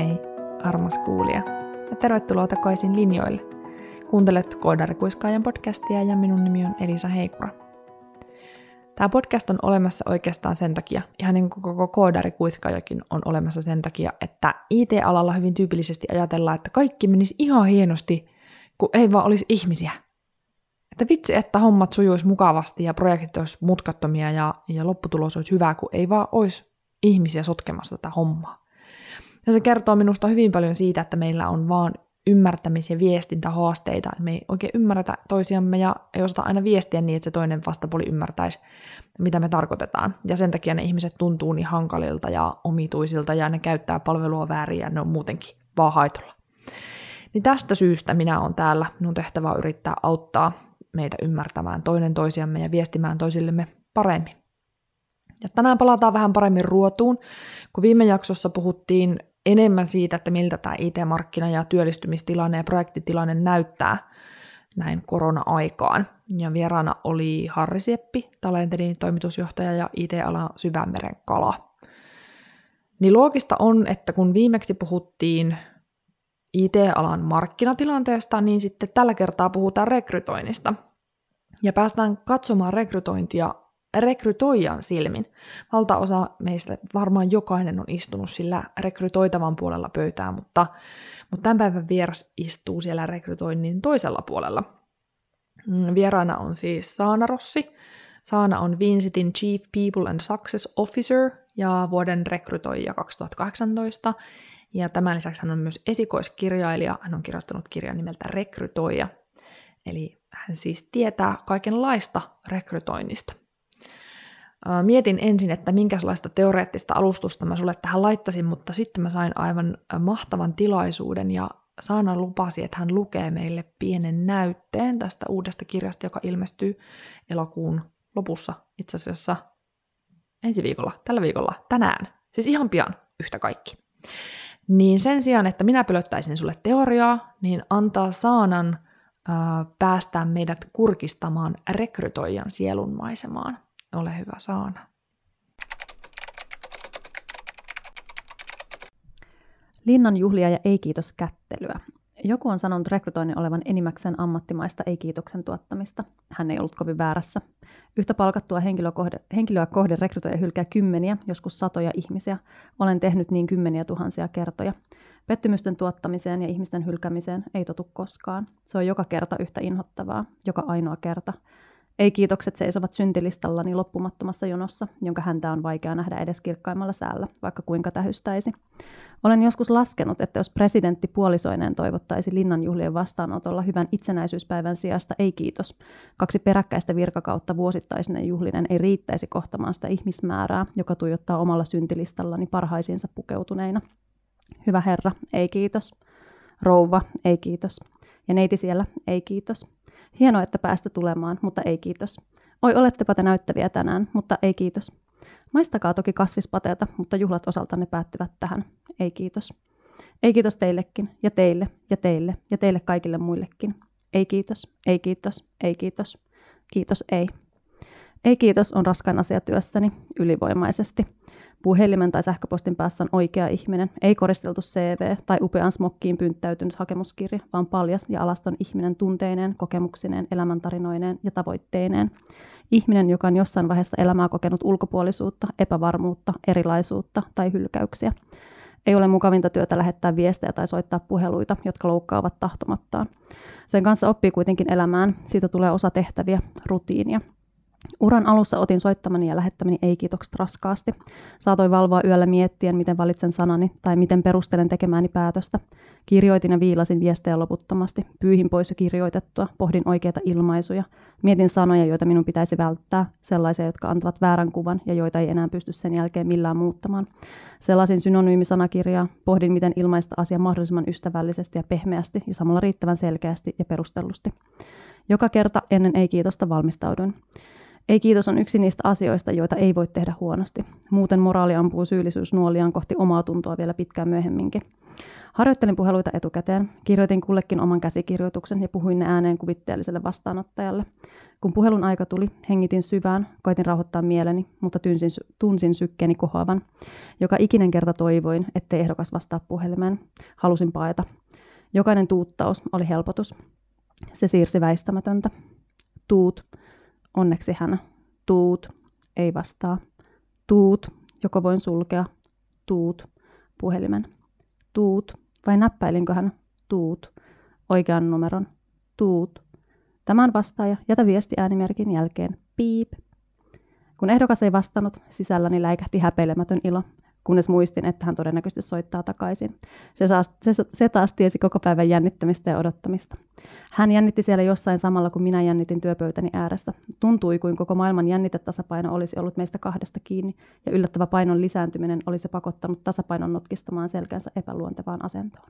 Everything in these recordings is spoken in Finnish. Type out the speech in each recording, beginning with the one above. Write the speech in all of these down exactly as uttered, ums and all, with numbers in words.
Hei, armas kuulija, ja tervetuloa takaisin linjoille. Kuuntelet Koodarikuiskaajan podcastia ja minun nimi on Elisa Heikura. Tämä podcast on olemassa oikeastaan sen takia, ihan niin kuin koko Koodarikuiskaajakin on olemassa sen takia, että I T-alalla hyvin tyypillisesti ajatellaan, että kaikki menisi ihan hienosti, kun ei vaan olisi ihmisiä. Että vitsi, että hommat sujuisi mukavasti ja projektit olisi mutkattomia ja, ja lopputulos olisi hyvä, kun ei vaan olisi ihmisiä sotkemassa tätä hommaa. Ja se kertoo minusta hyvin paljon siitä, että meillä on vaan ymmärtämis- ja viestintähaasteita. Me ei oikein ymmärretä toisiamme ja ei osata aina viestiä niin, että se toinen vastapuoli ymmärtäisi, mitä me tarkoitetaan. Ja sen takia ne ihmiset tuntuu niin hankalilta ja omituisilta ja ne käyttää palvelua väärin ja ne on muutenkin vaan haitolla. Niin tästä syystä minä olen täällä. Minun tehtävä on yrittää auttaa meitä ymmärtämään toinen toisiamme ja viestimään toisillemme paremmin. Ja tänään palataan vähän paremmin ruotuun, kun viime jaksossa puhuttiin enemmän siitä, että miltä tämä I T-markkina ja työllistymistilanne ja projektitilanne näyttää näin korona-aikaan. Ja vieraana oli Harri Sieppi, Talentedin toimitusjohtaja ja I T-alan Syvänmeren kala. Niin loogista on, että kun viimeksi puhuttiin I T-alan markkinatilanteesta, niin sitten tällä kertaa puhutaan rekrytoinnista. Ja päästään katsomaan rekrytointia rekrytoijan silmin. Valtaosa meistä, varmaan jokainen on istunut sillä rekrytoitavan puolella pöytää, mutta, mutta tämän päivän vieras istuu siellä rekrytoinnin toisella puolella. Vieraana on siis Saana Rossi. Saana on Vincitin Chief People and Success Officer ja vuoden rekrytoija kaksituhattakahdeksantoista. Ja tämän lisäksi hän on myös esikoiskirjailija. Hän on kirjoittanut kirjan nimeltä Rekrytoija. Eli hän siis tietää kaikenlaista rekrytoinnista. Mietin ensin, että minkälaista teoreettista alustusta mä sulle tähän laittaisin, mutta sitten mä sain aivan mahtavan tilaisuuden ja Saana lupasi, että hän lukee meille pienen näytteen tästä uudesta kirjasta, joka ilmestyy elokuun lopussa itse asiassa ensi viikolla, tällä viikolla, tänään, siis ihan pian yhtä kaikki. Niin sen sijaan, että minä pölöttäisin sulle teoriaa, niin antaa Saanan ää, päästää meidät kurkistamaan rekrytoijan sielunmaisemaan. Ole hyvä, Saana. Linnan juhlia ja ei-kiitos kättelyä. Joku on sanonut rekrytoinnin olevan enimmäkseen ammattimaista ei-kiitoksen tuottamista. Hän ei ollut kovin väärässä. Yhtä palkattua henkilöä kohde, henkilöä kohde rekrytoija hylkää kymmeniä, joskus satoja ihmisiä. Olen tehnyt niin kymmeniä tuhansia kertoja. Pettymysten tuottamiseen ja ihmisten hylkäämiseen ei totu koskaan. Se on joka kerta yhtä inhottavaa, joka ainoa kerta. Ei-kiitokset seisovat syntilistallani loppumattomassa jonossa, jonka häntä on vaikea nähdä edes kirkkaimmalla säällä, vaikka kuinka tähystäisi. Olen joskus laskenut, että jos presidentti puolisoineen toivottaisi linnanjuhlien vastaanotolla hyvän itsenäisyyspäivän sijasta ei-kiitos, kaksi peräkkäistä virkakautta vuosittaisinen juhlinen ei riittäisi kohtamaan sitä ihmismäärää, joka tuijottaa omalla syntilistallani parhaisiinsa pukeutuneina. Hyvä herra, ei-kiitos. Rouva, ei-kiitos. Ja neiti siellä, ei-kiitos. Hienoa, että päästä tulemaan, mutta ei kiitos. Oi, olettepa te näyttäviä tänään, mutta ei kiitos. Maistakaa toki kasvispateeta, mutta juhlat osaltanne päättyvät tähän. Ei kiitos. Ei kiitos teillekin, ja teille, ja teille, ja teille kaikille muillekin. Ei kiitos, ei kiitos, ei kiitos. Kiitos ei. Ei kiitos on raskain asia työssäni, ylivoimaisesti. Puhelimen tai sähköpostin päässä on oikea ihminen, ei koristeltu C V tai upean smokkiin pynttäytynyt hakemuskirja, vaan paljas ja alaston ihminen tunteineen, kokemuksineen, elämäntarinoineen ja tavoitteineen. Ihminen, joka on jossain vaiheessa elämää kokenut ulkopuolisuutta, epävarmuutta, erilaisuutta tai hylkäyksiä. Ei ole mukavinta työtä lähettää viestejä tai soittaa puheluita, jotka loukkaavat tahtomattaan. Sen kanssa oppii kuitenkin elämään, siitä tulee osa tehtäviä, rutiinia. Uran alussa otin soittamani ja lähettämäni ei-kiitokset raskaasti. Saatoin valvoa yöllä miettien, miten valitsen sanani tai miten perustelen tekemääni päätöstä. Kirjoitin ja viilasin viestejä loputtomasti. Pyyhin pois jo kirjoitettua, pohdin oikeita ilmaisuja. Mietin sanoja, joita minun pitäisi välttää, sellaisia, jotka antavat väärän kuvan ja joita ei enää pysty sen jälkeen millään muuttamaan. Sellaisin synonyymisanakirjaa, pohdin, miten ilmaista asia mahdollisimman ystävällisesti ja pehmeästi ja samalla riittävän selkeästi ja perustellusti. Joka kerta ennen ei-kiitosta valmistauduin. Ei kiitos on yksi niistä asioista, joita ei voi tehdä huonosti. Muuten moraali ampuu syyllisyysnuoliaan kohti omaa tuntoa vielä pitkään myöhemminkin. Harjoittelin puheluita etukäteen, kirjoitin kullekin oman käsikirjoituksen ja puhuin ne ääneen kuvitteelliselle vastaanottajalle. Kun puhelun aika tuli, hengitin syvään, koitin rauhoittaa mieleni, mutta tunsin, tunsin sykkeeni kohoavan. Joka ikinen kerta toivoin, ettei ehdokas vastaa puhelimeen. Halusin paeta. Jokainen tuuttaus oli helpotus. Se siirsi väistämätöntä. Tuut. Onneksi hän. Tuut. Ei vastaa. Tuut. Joko voin sulkea. Tuut. Puhelimen. Tuut. Vai näppäilinkö hän? Tuut. Oikean numeron. Tuut. Tämä on vastaaja. Jätä viesti äänimerkin jälkeen. Piip. Kun ehdokas ei vastannut, sisälläni läikähti häpeilemätön ilo, kunnes muistin, että hän todennäköisesti soittaa takaisin. Se, saa, se, se taas tiesi koko päivän jännittämistä ja odottamista. Hän jännitti siellä jossain samalla, kun minä jännitin työpöytäni ääressä. Tuntui, kuin koko maailman jännitetasapaino olisi ollut meistä kahdesta kiinni, ja yllättävä painon lisääntyminen olisi pakottanut tasapainon notkistamaan selkänsä epäluontevaan asentoon.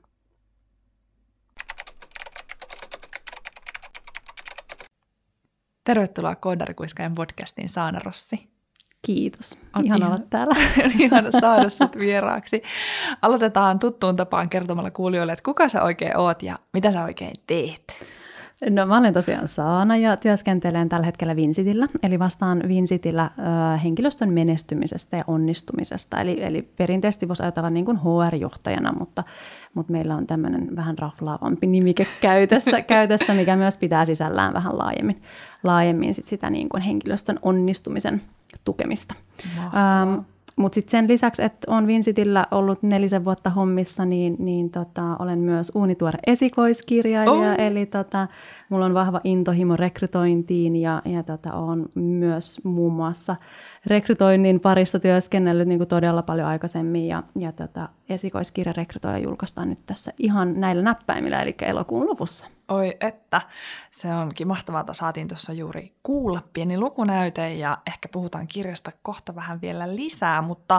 Tervetuloa Koodarikuiskaajan podcastiin, Saana Rossi. Kiitos. On ihan olla täällä. Ihana saada sut vieraaksi. Aloitetaan tuttuun tapaan kertomalla kuulijoille, että kuka sä oikein oot ja mitä sä oikein teet? No mä olen tosiaan Saana ja työskentelen tällä hetkellä Vincitillä, eli vastaan Vincitillä äh, henkilöstön menestymisestä ja onnistumisesta. Eli, eli perinteisesti voisi ajatella niin kuin H R-johtajana, mutta, mutta meillä on tämmöinen vähän raflaavampi nimike käytössä, käytössä, mikä myös pitää sisällään vähän laajemmin, laajemmin sit sitä niin kuin henkilöstön onnistumisen tukemista. Ähm, Mutta sitten sen lisäksi, että olen Vincitillä ollut nelisen vuotta hommissa, niin, niin tota, olen myös uunituore esikoiskirjailija. Oh. Eli tota, mulla on vahva intohimo rekrytointiin ja, ja tota, olen myös muun muassa rekrytoinnin parissa työskennellyt niin kuin todella paljon aikaisemmin. Ja, ja tota, esikoiskirja rekrytoija julkaistaan nyt tässä ihan näillä näppäimillä, eli elokuun lopussa. Oi että, se onkin mahtavaa, että saatiin tuossa juuri kuulla pieni lukunäyte ja ehkä puhutaan kirjasta kohta vähän vielä lisää, mutta,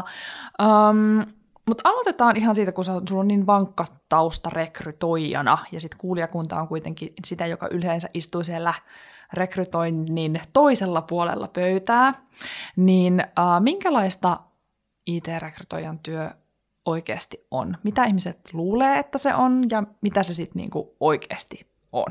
um, mutta aloitetaan ihan siitä, kun sulla on niin vankka tausta rekrytoijana ja sitten kuulijakunta on kuitenkin sitä, joka yleensä istuu siellä rekrytoinnin toisella puolella pöytää, niin uh, minkälaista I T-rekrytoijan työ oikeasti on? Mitä ihmiset luulee, että se on ja mitä se sitten niinku oikeasti on?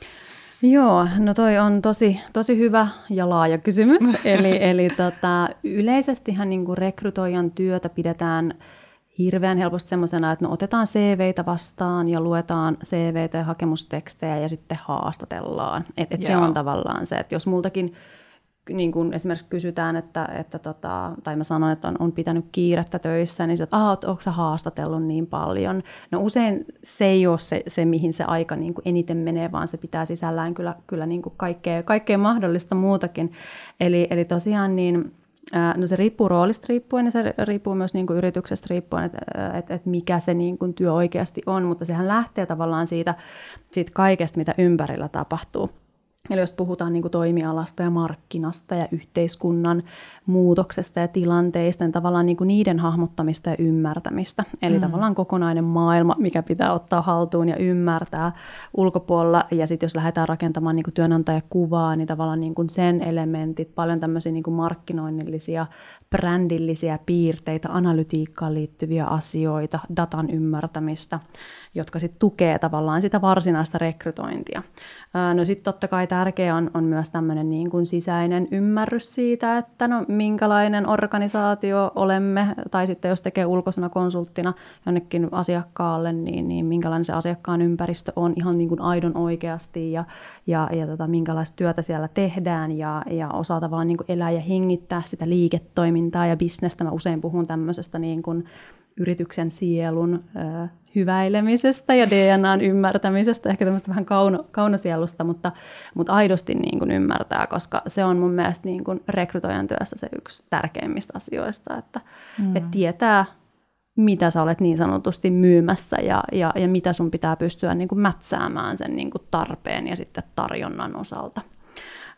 Joo, no toi on tosi, tosi hyvä ja laaja kysymys. eli eli tota, yleisestihan niinku rekrytoijan työtä pidetään hirveän helposti semmoisena, että no otetaan C V:itä vastaan ja luetaan C V:tä ja hakemustekstejä ja sitten haastatellaan. Et, et se on tavallaan se, että jos multakin niin kun esimerkiksi kysytään, että, että tota, tai mä sanon, että on, on pitänyt kiirettä töissä, niin se, että ah, onko sä haastatellut niin paljon? No usein se ei ole se, se mihin se aika niin kuin eniten menee, vaan se pitää sisällään kyllä, kyllä niin kuin kaikkea, kaikkea mahdollista muutakin. Eli, eli tosiaan niin, no se riippuu roolista riippuen ja se riippuu myös niin kuin yrityksestä riippuen, että, että, että mikä se niin kuin työ oikeasti on, mutta sehän lähtee tavallaan siitä, siitä kaikesta, mitä ympärillä tapahtuu. Eli jos puhutaan niin kuin toimialasta ja markkinasta ja yhteiskunnan muutoksesta ja tilanteista, niin tavallaan niin kuin niiden hahmottamista ja ymmärtämistä. Eli mm. tavallaan kokonainen maailma, mikä pitää ottaa haltuun ja ymmärtää ulkopuolella. Ja sitten jos lähdetään rakentamaan niin kuin työnantajakuvaa, niin tavallaan niin kuin sen elementit, paljon tämmöisiä niin kuin markkinoinnillisia, brändillisiä piirteitä, analytiikkaan liittyviä asioita, datan ymmärtämistä, jotka sitten tukee tavallaan sitä varsinaista rekrytointia. No sitten totta kai tärkeä on, on myös tämmöinen niin kuin sisäinen ymmärrys siitä, että no minkälainen organisaatio olemme, tai sitten jos tekee ulkoisena konsulttina jonnekin asiakkaalle, niin, niin minkälainen se asiakkaan ympäristö on ihan niin kuin aidon oikeasti, ja, ja, ja tota, minkälaista työtä siellä tehdään, ja, ja osaa tavallaan niin kuin elää ja hengittää sitä liiketoimintaa ja bisnestä. Mä usein puhun tämmöisestä niin kuin yrityksen sielun ö, hyväilemisestä ja D N A:n ymmärtämisestä, ehkä tämmöistä vähän kauno, kaunosielusta, mutta, mutta aidosti niin kuin ymmärtää, koska se on mun mielestä niin kuin rekrytoijan työssä se yksi tärkeimmistä asioista, että, mm. että tietää, mitä sä olet niin sanotusti myymässä ja, ja, ja mitä sun pitää pystyä niin kuin mätsäämään sen niin kuin tarpeen ja sitten tarjonnan osalta.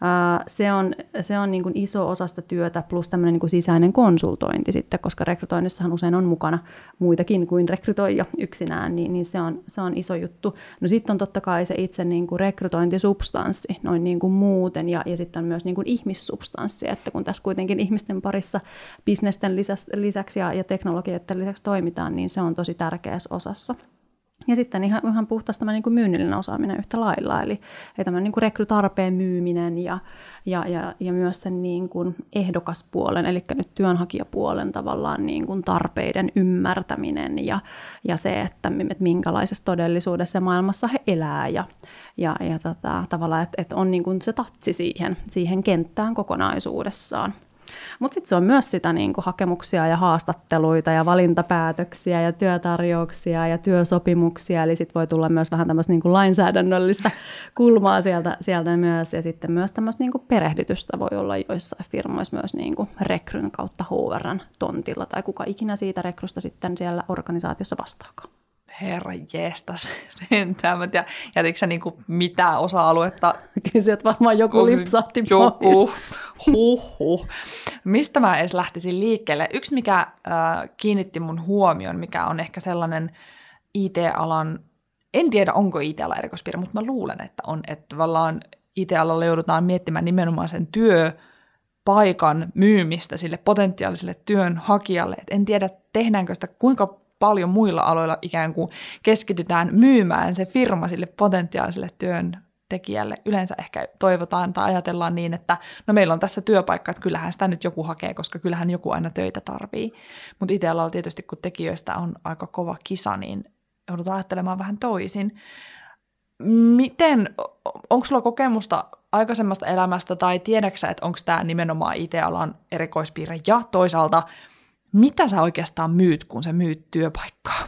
Se on, se on niin kuin iso osa sitä työtä plus tämmöinen niin kuin sisäinen konsultointi sitten, koska rekrytoinnissahan usein on mukana muitakin kuin rekrytoija yksinään, niin, niin se, on, se on iso juttu. No sitten on totta kai se itse niin kuin rekrytointisubstanssi noin niin kuin muuten ja, ja sitten on myös niin kuin ihmissubstanssi, että kun tässä kuitenkin ihmisten parissa bisnesten lisäksi ja, ja teknologioiden lisäksi toimitaan, niin se on tosi tärkeässä osassa. Ja sitten ihan, ihan puhtaasti tämä niin kuin myynnillinen osaaminen yhtä lailla, eli, eli tämmöinen niin kuin rekrytarpeen myyminen ja, ja, ja, ja myös sen niin kuin ehdokaspuolen, eli nyt työnhakijapuolen tavallaan niin kuin tarpeiden ymmärtäminen ja, ja se, että, että minkälaisessa todellisuudessa ja maailmassa he elää ja, ja, ja tota, tavallaan, että, että on niin kuin se tatsi siihen, siihen kenttään kokonaisuudessaan. Mutta sitten se on myös sitä niin kuin hakemuksia ja haastatteluita ja valintapäätöksiä ja työtarjouksia ja työsopimuksia, eli sitten voi tulla myös vähän tämmöistä niin kuin lainsäädännöllistä kulmaa sieltä, sieltä myös, ja sitten myös tämmöistä niin kuin perehdytystä voi olla joissain firmoissa myös niin kuin rekryn kautta H R:n tontilla, tai kuka ikinä siitä rekrystä sitten siellä organisaatiossa vastaakaan. Herra jestas, sentään. Mä tiedän, jätitkö sä niinku mitään osa-aluetta? Kyllä sieltä varmaan joku lipsahti joku. pois. Huhhuh. Mistä mä edes lähtisin liikkeelle? Yksi, mikä äh, kiinnitti mun huomion, mikä on ehkä sellainen I T-alan, en tiedä onko I T-alan erikoispiirre, mutta mä luulen, että on, että tavallaan I T-alalla joudutaan miettimään nimenomaan sen työpaikan myymistä sille potentiaaliselle työnhakijalle. Et en tiedä, tehdäänkö sitä kuinka paljon muilla aloilla ikään kuin keskitytään myymään se firma sille potentiaaliselle työntekijälle. Yleensä ehkä toivotaan tai ajatellaan niin, että no meillä on tässä työpaikka, että kyllähän sitä nyt joku hakee, koska kyllähän joku aina töitä tarvii. Mutta I T-alalla tietysti, kun tekijöistä on aika kova kisa, niin joudutaan ajattelemaan vähän toisin. Miten, onko sulla kokemusta aikaisemmasta elämästä tai tiedäksä, että onko tämä nimenomaan I T-alan erikoispiirre ja toisaalta mitä sä oikeastaan myyt, kun sä myyt työpaikkaa?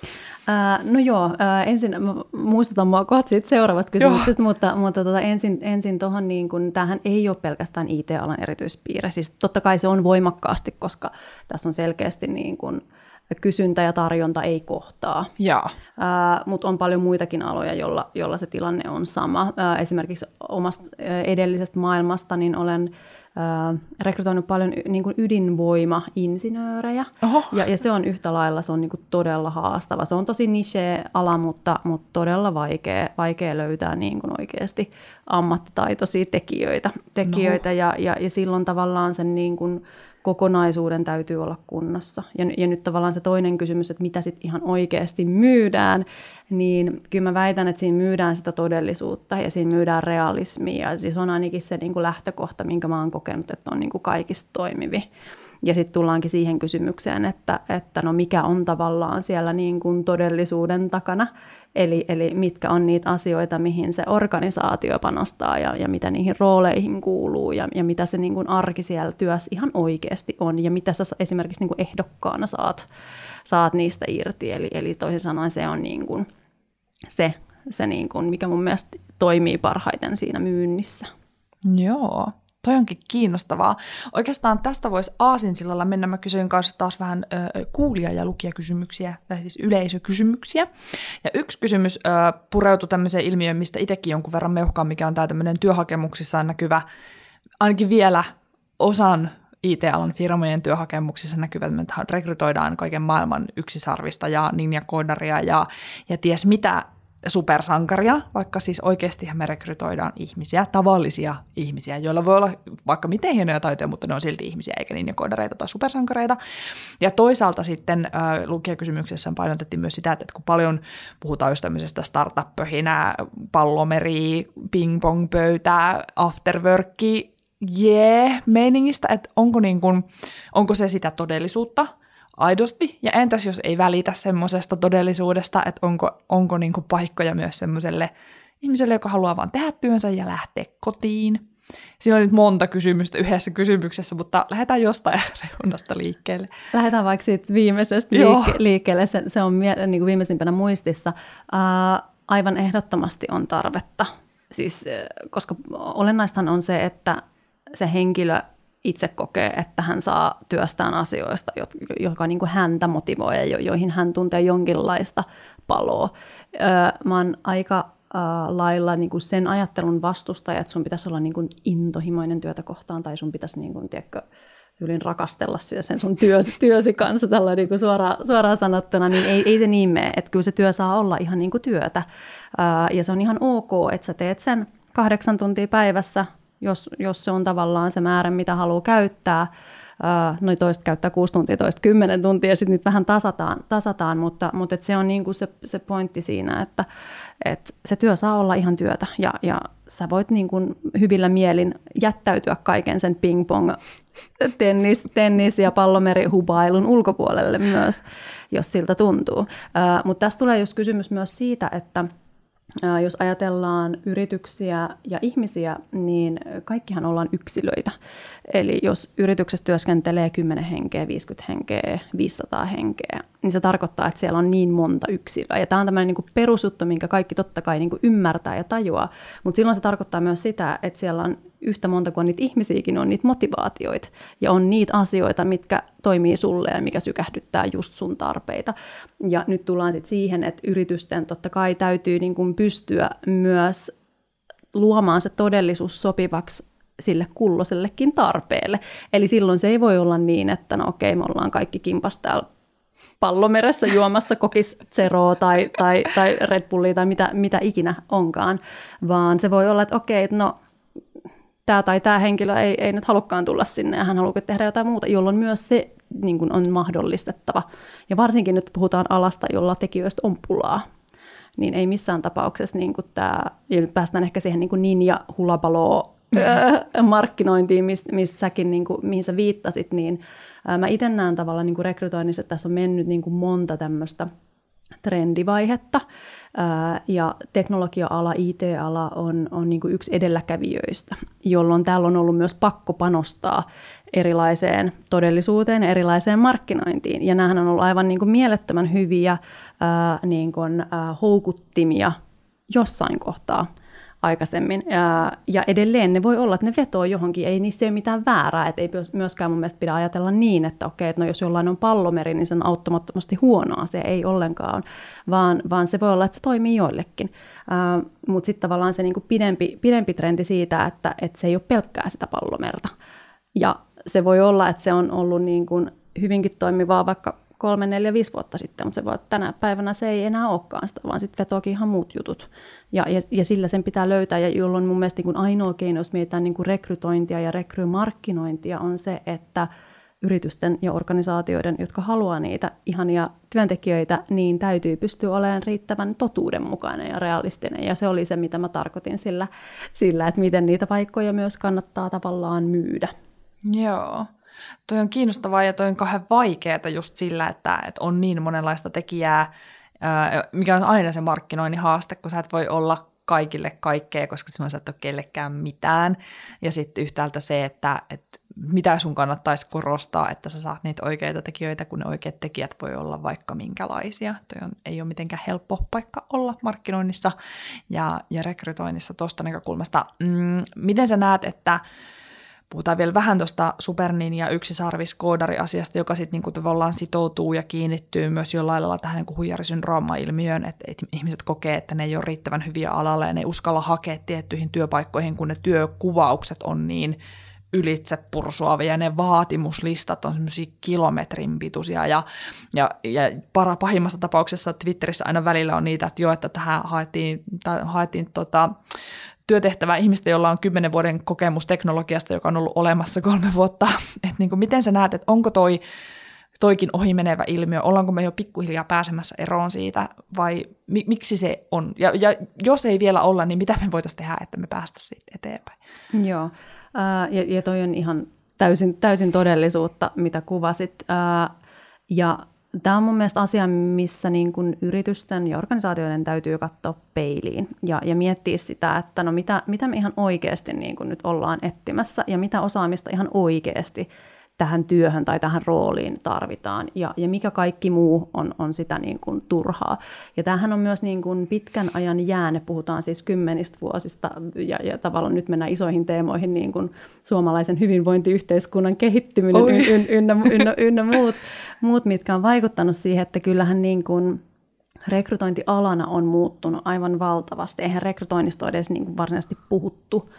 Ää, no joo, ää, ensin muistutan mua kohta siitä seuraavasta kysymyksestä, joo. mutta, mutta tota, ensin, ensin tuohon, niin kun, tämähän ei ole pelkästään I T-alan erityispiirre. Siis totta kai se on voimakkaasti, koska tässä on selkeästi niin kun, kysyntä ja tarjonta ei kohtaa. Mutta on paljon muitakin aloja, jolla, jolla se tilanne on sama. Ää, esimerkiksi omasta edellisestä maailmasta niin olen Äh, rekrytoinut paljon niin kuin ydinvoima-insinöörejä, ja, ja se on yhtä lailla se on niin kuin todella haastava. Se on tosi niche-ala, mutta, mutta todella vaikea, vaikea löytää niin kuin oikeasti ammattitaitoisia tekijöitä, tekijöitä no. ja, ja, ja silloin tavallaan sen niin kuin kokonaisuuden täytyy olla kunnossa. Ja, ja nyt tavallaan se toinen kysymys, että mitä sitten ihan oikeasti myydään, niin kyllä mä väitän, että siinä myydään sitä todellisuutta ja siinä myydään realismia. Ja siis on ainakin se niin kuin lähtökohta, minkä mä oon kokenut, että on niin kuin kaikista toimivi. Ja sitten tullaankin siihen kysymykseen, että, että no mikä on tavallaan siellä niin kuin todellisuuden takana, eli, eli mitkä on niitä asioita, mihin se organisaatio panostaa ja, ja mitä niihin rooleihin kuuluu ja, ja mitä se niin kuin arki siellä työssä ihan oikeasti on ja mitä sä esimerkiksi niin kuin ehdokkaana saat, saat niistä irti. Eli, eli toisin sanoen se on niin kuin se, se niin kuin, mikä mun mielestä toimii parhaiten siinä myynnissä. Joo. Toi onkin kiinnostavaa. Oikeastaan tästä voisi aasinsillalla mennä. Mä kysyin kanssa taas vähän ö, kuulija- ja lukijakysymyksiä, tai siis yleisökysymyksiä. Ja yksi kysymys ö, pureutui tämmöiseen ilmiöön, mistä itsekin jonkun verran meuhkaan, mikä on tämä tämmöinen työhakemuksissaan näkyvä, ainakin vielä osan I T-alan firmojen työhakemuksissa näkyvä, että rekrytoidaan kaiken maailman yksisarvista ja ninjakoodaria ja, ja ties mitä supersankaria, vaikka siis oikeastihan me rekrytoidaan ihmisiä, tavallisia ihmisiä, joilla voi olla vaikka miten hienoja taitoja, mutta ne on silti ihmisiä, eikä ninjakoodareita tai supersankareita. Ja toisaalta sitten äh, lukijakysymyksessä painotettiin myös sitä, että kun paljon puhutaan just tämmöisestä startup-pöhinää, pallomeri, ping-pong-pöytää, afterworki, jee, meiningistä, että onko, niin kuin, onko se sitä todellisuutta aidosti, ja entäs jos ei välitä semmoisesta todellisuudesta, että onko, onko niinku paikkoja myös semmoiselle ihmiselle, joka haluaa vaan tehdä työnsä ja lähteä kotiin. Siinä on nyt monta kysymystä yhdessä kysymyksessä, mutta lähdetään jostain reunasta liikkeelle. Lähdetään vaikka siitä viimeisestä liike- liikkeelle, se, se on mie- niin kuin viimeisimpänä muistissa. Uh, aivan ehdottomasti on tarvetta, siis, koska olennaistahan on se, että se henkilö itse kokee, että hän saa työstään asioista, joka niin kuin häntä motivoi ja joihin hän tuntee jonkinlaista paloa. Mä oon aika lailla niin kuin sen ajattelun vastustaja, että sun pitäisi olla niin kuin intohimoinen työtä kohtaan tai sun pitäisi niin kuin, tiedätkö, tyylin rakastella sen sun työsi, työsi kanssa tällä niin kuin suoraan, suoraan sanottuna, niin ei, ei se niin mene. Että kyllä se työ saa olla ihan niin kuin työtä. Ää, ja se on ihan ok, että sä teet sen kahdeksan tuntia päivässä, jos, jos se on tavallaan se määrä, mitä haluaa käyttää. Ää, noin toista käyttää kuusi tuntia, toista kymmenen tuntia ja sitten niitä vähän tasataan, tasataan mutta, mutta et se on niin kuin se, se pointti siinä, että et se työ saa olla ihan työtä ja, ja sä voit niin kuin hyvillä mielin jättäytyä kaiken sen ping-pong, tennis, tennis ja pallomerihubailun ulkopuolelle myös, jos siltä tuntuu. Ää, mutta tässä tulee just kysymys myös siitä, että ää, jos ajatellaan yrityksiä ja ihmisiä, niin kaikkihan ollaan yksilöitä. Eli jos yrityksessä työskentelee kymmenen henkeä, viisikymmentä henkeä, viisisataa henkeä, niin se tarkoittaa, että siellä on niin monta yksilöä. Ja tämä on tämmöinen niin kuin perusjuttu, minkä kaikki totta kai niin kuin ymmärtää ja tajuaa. Mutta silloin se tarkoittaa myös sitä, että siellä on yhtä monta kuin niitä ihmisiäkin, on niitä motivaatioita. Ja on niitä asioita, mitkä toimii sulle ja mikä sykähdyttää just sun tarpeita. Ja nyt tullaan sitten siihen, että yritysten totta kai täytyy niin kuin pystyä myös luomaan se todellisuus sopivaksi sille kulloisellekin tarpeelle. Eli silloin se ei voi olla niin, että no okei, me ollaan kaikki kimpas täällä pallomeressä juomassa kokis zeroa tai, tai, tai Red Bullia tai mitä, mitä ikinä onkaan, vaan se voi olla, että okei, no tämä tai tämä henkilö ei, ei nyt halukkaan tulla sinne ja hän haluaa tehdä jotain muuta, jolloin myös se niin kuin on mahdollistettava. Ja varsinkin nyt puhutaan alasta, jolla tekijöistä on pulaa, niin ei missään tapauksessa niin kuin tämä, ja nyt päästään ehkä siihen niin kuin ninja hulabaloa markkinointiin, mistä, mistä säkin, niin kuin, mihin sä viittasit, niin ää, mä itse näen tavallaan niin kuin rekrytoinnissa, että tässä on mennyt niin kuin monta tämmöistä trendivaihetta, ää, ja teknologia-ala, I T-ala on, on niin kuin yksi edelläkävijöistä, jolloin täällä on ollut myös pakko panostaa erilaiseen todellisuuteen ja erilaiseen markkinointiin, ja näähän on ollut aivan niin kuin mielettömän hyviä ää, niin kuin, ää, houkuttimia jossain kohtaa aikaisemmin. Ja, ja edelleen ne voi olla, että ne vetoo johonkin, ei niissä ole mitään väärää, että ei myöskään mun mielestä pidä ajatella niin, että okei, että no jos jollain on pallomeri, niin se on auttamattomasti huonoa, se ei ollenkaan, vaan, vaan se voi olla, että se toimii joillekin. Uh, mutta sitten tavallaan se niinku pidempi, pidempi trendi siitä, että, että se ei ole pelkkää sitä pallomerta. Ja se voi olla, että se on ollut niin kuin hyvinkin toimivaa vaikka kolme, neljä, viisi vuotta sitten, mutta se voi, että tänä päivänä se ei enää olekaan sitä, vaan sitten vetoakin ihan muut jutut. Ja, ja, ja sillä sen pitää löytää, ja jolloin mun mielestä niin kuin ainoa keino, jos mietitään niin kuin rekrytointia ja rekrymarkkinointia, on se, että yritysten ja organisaatioiden, jotka haluaa niitä ihania työntekijöitä, niin täytyy pystyä olemaan riittävän totuudenmukainen ja realistinen. Ja se oli se, mitä mä tarkoitin sillä, sillä että miten niitä paikkoja myös kannattaa tavallaan myydä. Joo. Toi on kiinnostavaa ja toi on kauhean vaikeaa just sillä, että, että on niin monenlaista tekijää, mikä on aina se markkinoinnin haaste, kun sä et voi olla kaikille kaikkea, koska silloin sä et ole kellekään mitään. Ja sitten yhtäältä se, että, että mitä sun kannattaisi korostaa, että sä saat niitä oikeita tekijöitä, kun ne oikeat tekijät voi olla vaikka minkälaisia. Toi on, ei ole mitenkään helppo paikka olla markkinoinnissa ja, ja rekrytoinnissa tuosta näkökulmasta. Mm, miten sä näet, että puhutaan vielä vähän tuosta superninja yksisarviskoodari-asiasta, joka sitten niinku tavallaan sitoutuu ja kiinnittyy myös jollain lailla tähän niinku huijarisyndrooma-ilmiöön, että et ihmiset kokee, että ne ei ole riittävän hyviä alalla ja ne ei uskalla hakea tiettyihin työpaikkoihin, kun ne työkuvaukset on niin ylitse pursuavia ja ne vaatimuslistat on semmoisia kilometrin pituisia ja, ja, ja para, pahimmassa tapauksessa Twitterissä aina välillä on niitä, että joo, että tähän haettiin, haettiin tota, työtehtävää ihmistä, jolla on kymmenen vuoden kokemus teknologiasta, joka on ollut olemassa kolme vuotta. Et niin kuin miten sä näet, että onko toi, toikin ohimenevä ilmiö, ollaanko me jo pikkuhiljaa pääsemässä eroon siitä vai mi- miksi se on? Ja, ja jos ei vielä olla, niin mitä me voitaisiin tehdä, että me päästäisiin siitä eteenpäin? Joo, äh, ja, ja toi on ihan täysin, täysin todellisuutta, mitä kuvasit. Äh, ja tämä on mun mielestä asia, missä niin kun yritysten ja organisaatioiden täytyy katsoa peiliin ja, ja miettiä sitä, että no mitä, mitä me ihan oikeasti niin kun nyt ollaan etsimässä ja mitä osaamista ihan oikeasti tähän työhön tai tähän rooliin tarvitaan ja, ja mikä kaikki muu on, on sitä niin kuin turhaa. Ja tämähän on myös niin kuin pitkän ajan jäänne, puhutaan siis kymmenistä vuosista ja, ja tavallaan nyt mennään isoihin teemoihin niin kuin suomalaisen hyvinvointiyhteiskunnan kehittyminen y, y, ynnä, ynnä, ynnä muut, muut, mitkä on vaikuttanut siihen, että kyllähän niin kuin rekrytointialana on muuttunut aivan valtavasti. Eihän rekrytoinnista ole edes niin kuin varsinaisesti puhuttu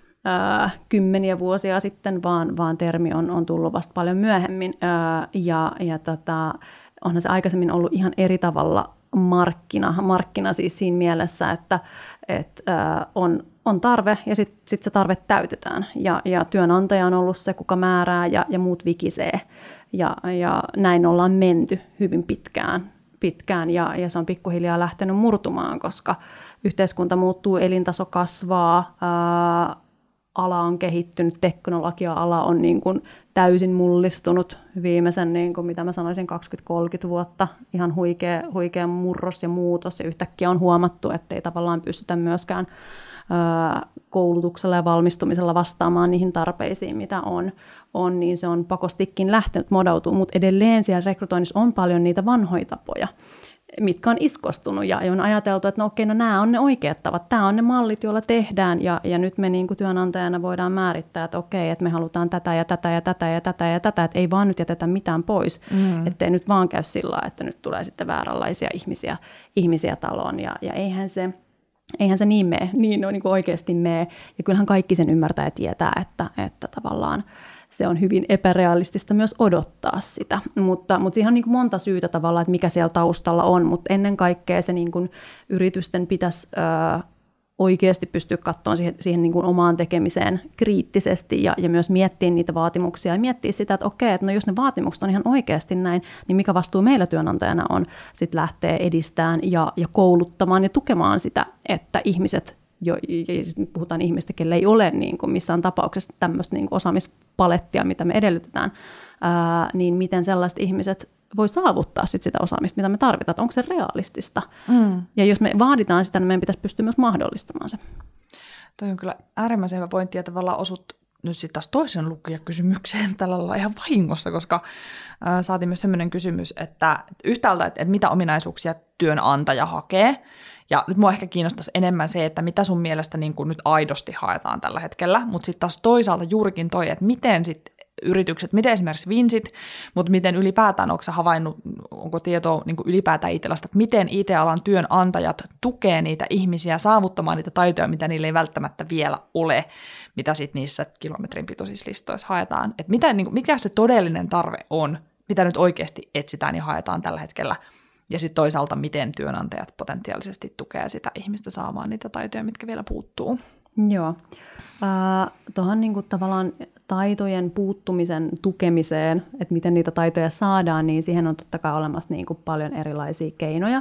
ää, kymmeniä vuosia sitten, vaan, vaan termi on, on tullut vasta paljon myöhemmin. Ää, ja ja tota, onhan se aikaisemmin ollut ihan eri tavalla markkina, markkina siis siinä mielessä, että et, ää, on, on tarve ja sitten sit se tarve täytetään. Ja, ja työnantaja on ollut se, kuka määrää ja, ja muut vikisee. Ja, ja näin ollaan menty hyvin pitkään. pitkään ja, ja se on pikkuhiljaa lähtenyt murtumaan, koska yhteiskunta muuttuu, elintaso kasvaa, ää, ala on kehittynyt, teknologia-ala on niin kuin täysin mullistunut viimeisen, niin kuin, mitä mä sanoisin, kaksikymmentä kolmekymmentä vuotta, ihan huikea, huikea murros ja muutos, ja yhtäkkiä on huomattu, että ei tavallaan pystytä myöskään ää, koulutuksella ja valmistumisella vastaamaan niihin tarpeisiin, mitä on, on niin se on pakostikin lähtenyt modautumaan, mutta edelleen siellä rekrytoinnissa on paljon niitä vanhoja tapoja, mitkä on iskostunut ja on ajateltu, että no okei, no nämä on ne oikeat tavat, tämä on ne mallit, joilla tehdään ja, ja nyt me niin kuin työnantajana voidaan määrittää, että okei, että me halutaan tätä ja tätä ja tätä ja tätä ja tätä, että ei vaan nyt jätetä mitään pois, mm. ettei nyt vaan käy sillä, että nyt tulee sitten vääränlaisia ihmisiä, ihmisiä taloon ja, ja eihän se Eihän se niin mene, niin on niin kuin oikeasti mene. Ja kyllähän kaikki sen ymmärtää ja tietää, että, että tavallaan se on hyvin epärealistista myös odottaa sitä. Mutta, mutta siihen on niin kuin monta syytä tavallaan, että mikä siellä taustalla on. Mutta ennen kaikkea se niin kuin yritysten pitäisi ö, oikeasti pystyä katsomaan siihen, siihen niin kuin omaan tekemiseen kriittisesti ja, ja myös miettiä niitä vaatimuksia ja miettiä sitä, että okei, että no jos ne vaatimukset on ihan oikeasti näin, niin mikä vastuu meillä työnantajana on sitten lähteä edistämään ja, ja kouluttamaan ja tukemaan sitä, että ihmiset, jo, ja sitten puhutaan ihmistä, kelle ei ole niin kuin missään tapauksessa tämmöistä niin kuin osaamispalettia, mitä me edellytetään, ää, niin miten sellaiset ihmiset voi saavuttaa sit sitä osaamista, mitä me tarvitaan, että onko se realistista. Mm. Ja jos me vaaditaan sitä, niin meidän pitäisi pystyä myös mahdollistamaan se. Toi on kyllä äärimmäisen hyvä pointti, ja tavallaan osut nyt sitten taas toisen lukijakysymykseen tällä lailla ihan vahingossa, koska äh, saatiin myös sellainen kysymys, että yhtäältä, että, että mitä ominaisuuksia työnantaja hakee, ja nyt mua ehkä kiinnostaisi enemmän se, että mitä sun mielestä niin kuin nyt aidosti haetaan tällä hetkellä, mutta sitten taas toisaalta juurikin toi, että miten sitten yritykset, miten esimerkiksi Vincit, mutta miten ylipäätään, onko sä havainnut, onko tietoa niin kuin ylipäätään I T-alasta, että miten I T-alan työnantajat tukee niitä ihmisiä saavuttamaan niitä taitoja, mitä niillä ei välttämättä vielä ole, mitä sitten niissä kilometrin pituisissa listoissa haetaan. Että mitä, niin kuin, mikä se todellinen tarve on, mitä nyt oikeasti etsitään ja haetaan tällä hetkellä, ja sitten toisaalta, miten työnantajat potentiaalisesti tukee sitä ihmistä saamaan niitä taitoja, mitkä vielä puuttuu. Joo. Äh, Tuohon niinku tavallaan taitojen puuttumisen tukemiseen, että miten niitä taitoja saadaan, niin siihen on totta kai olemassa niinku paljon erilaisia keinoja.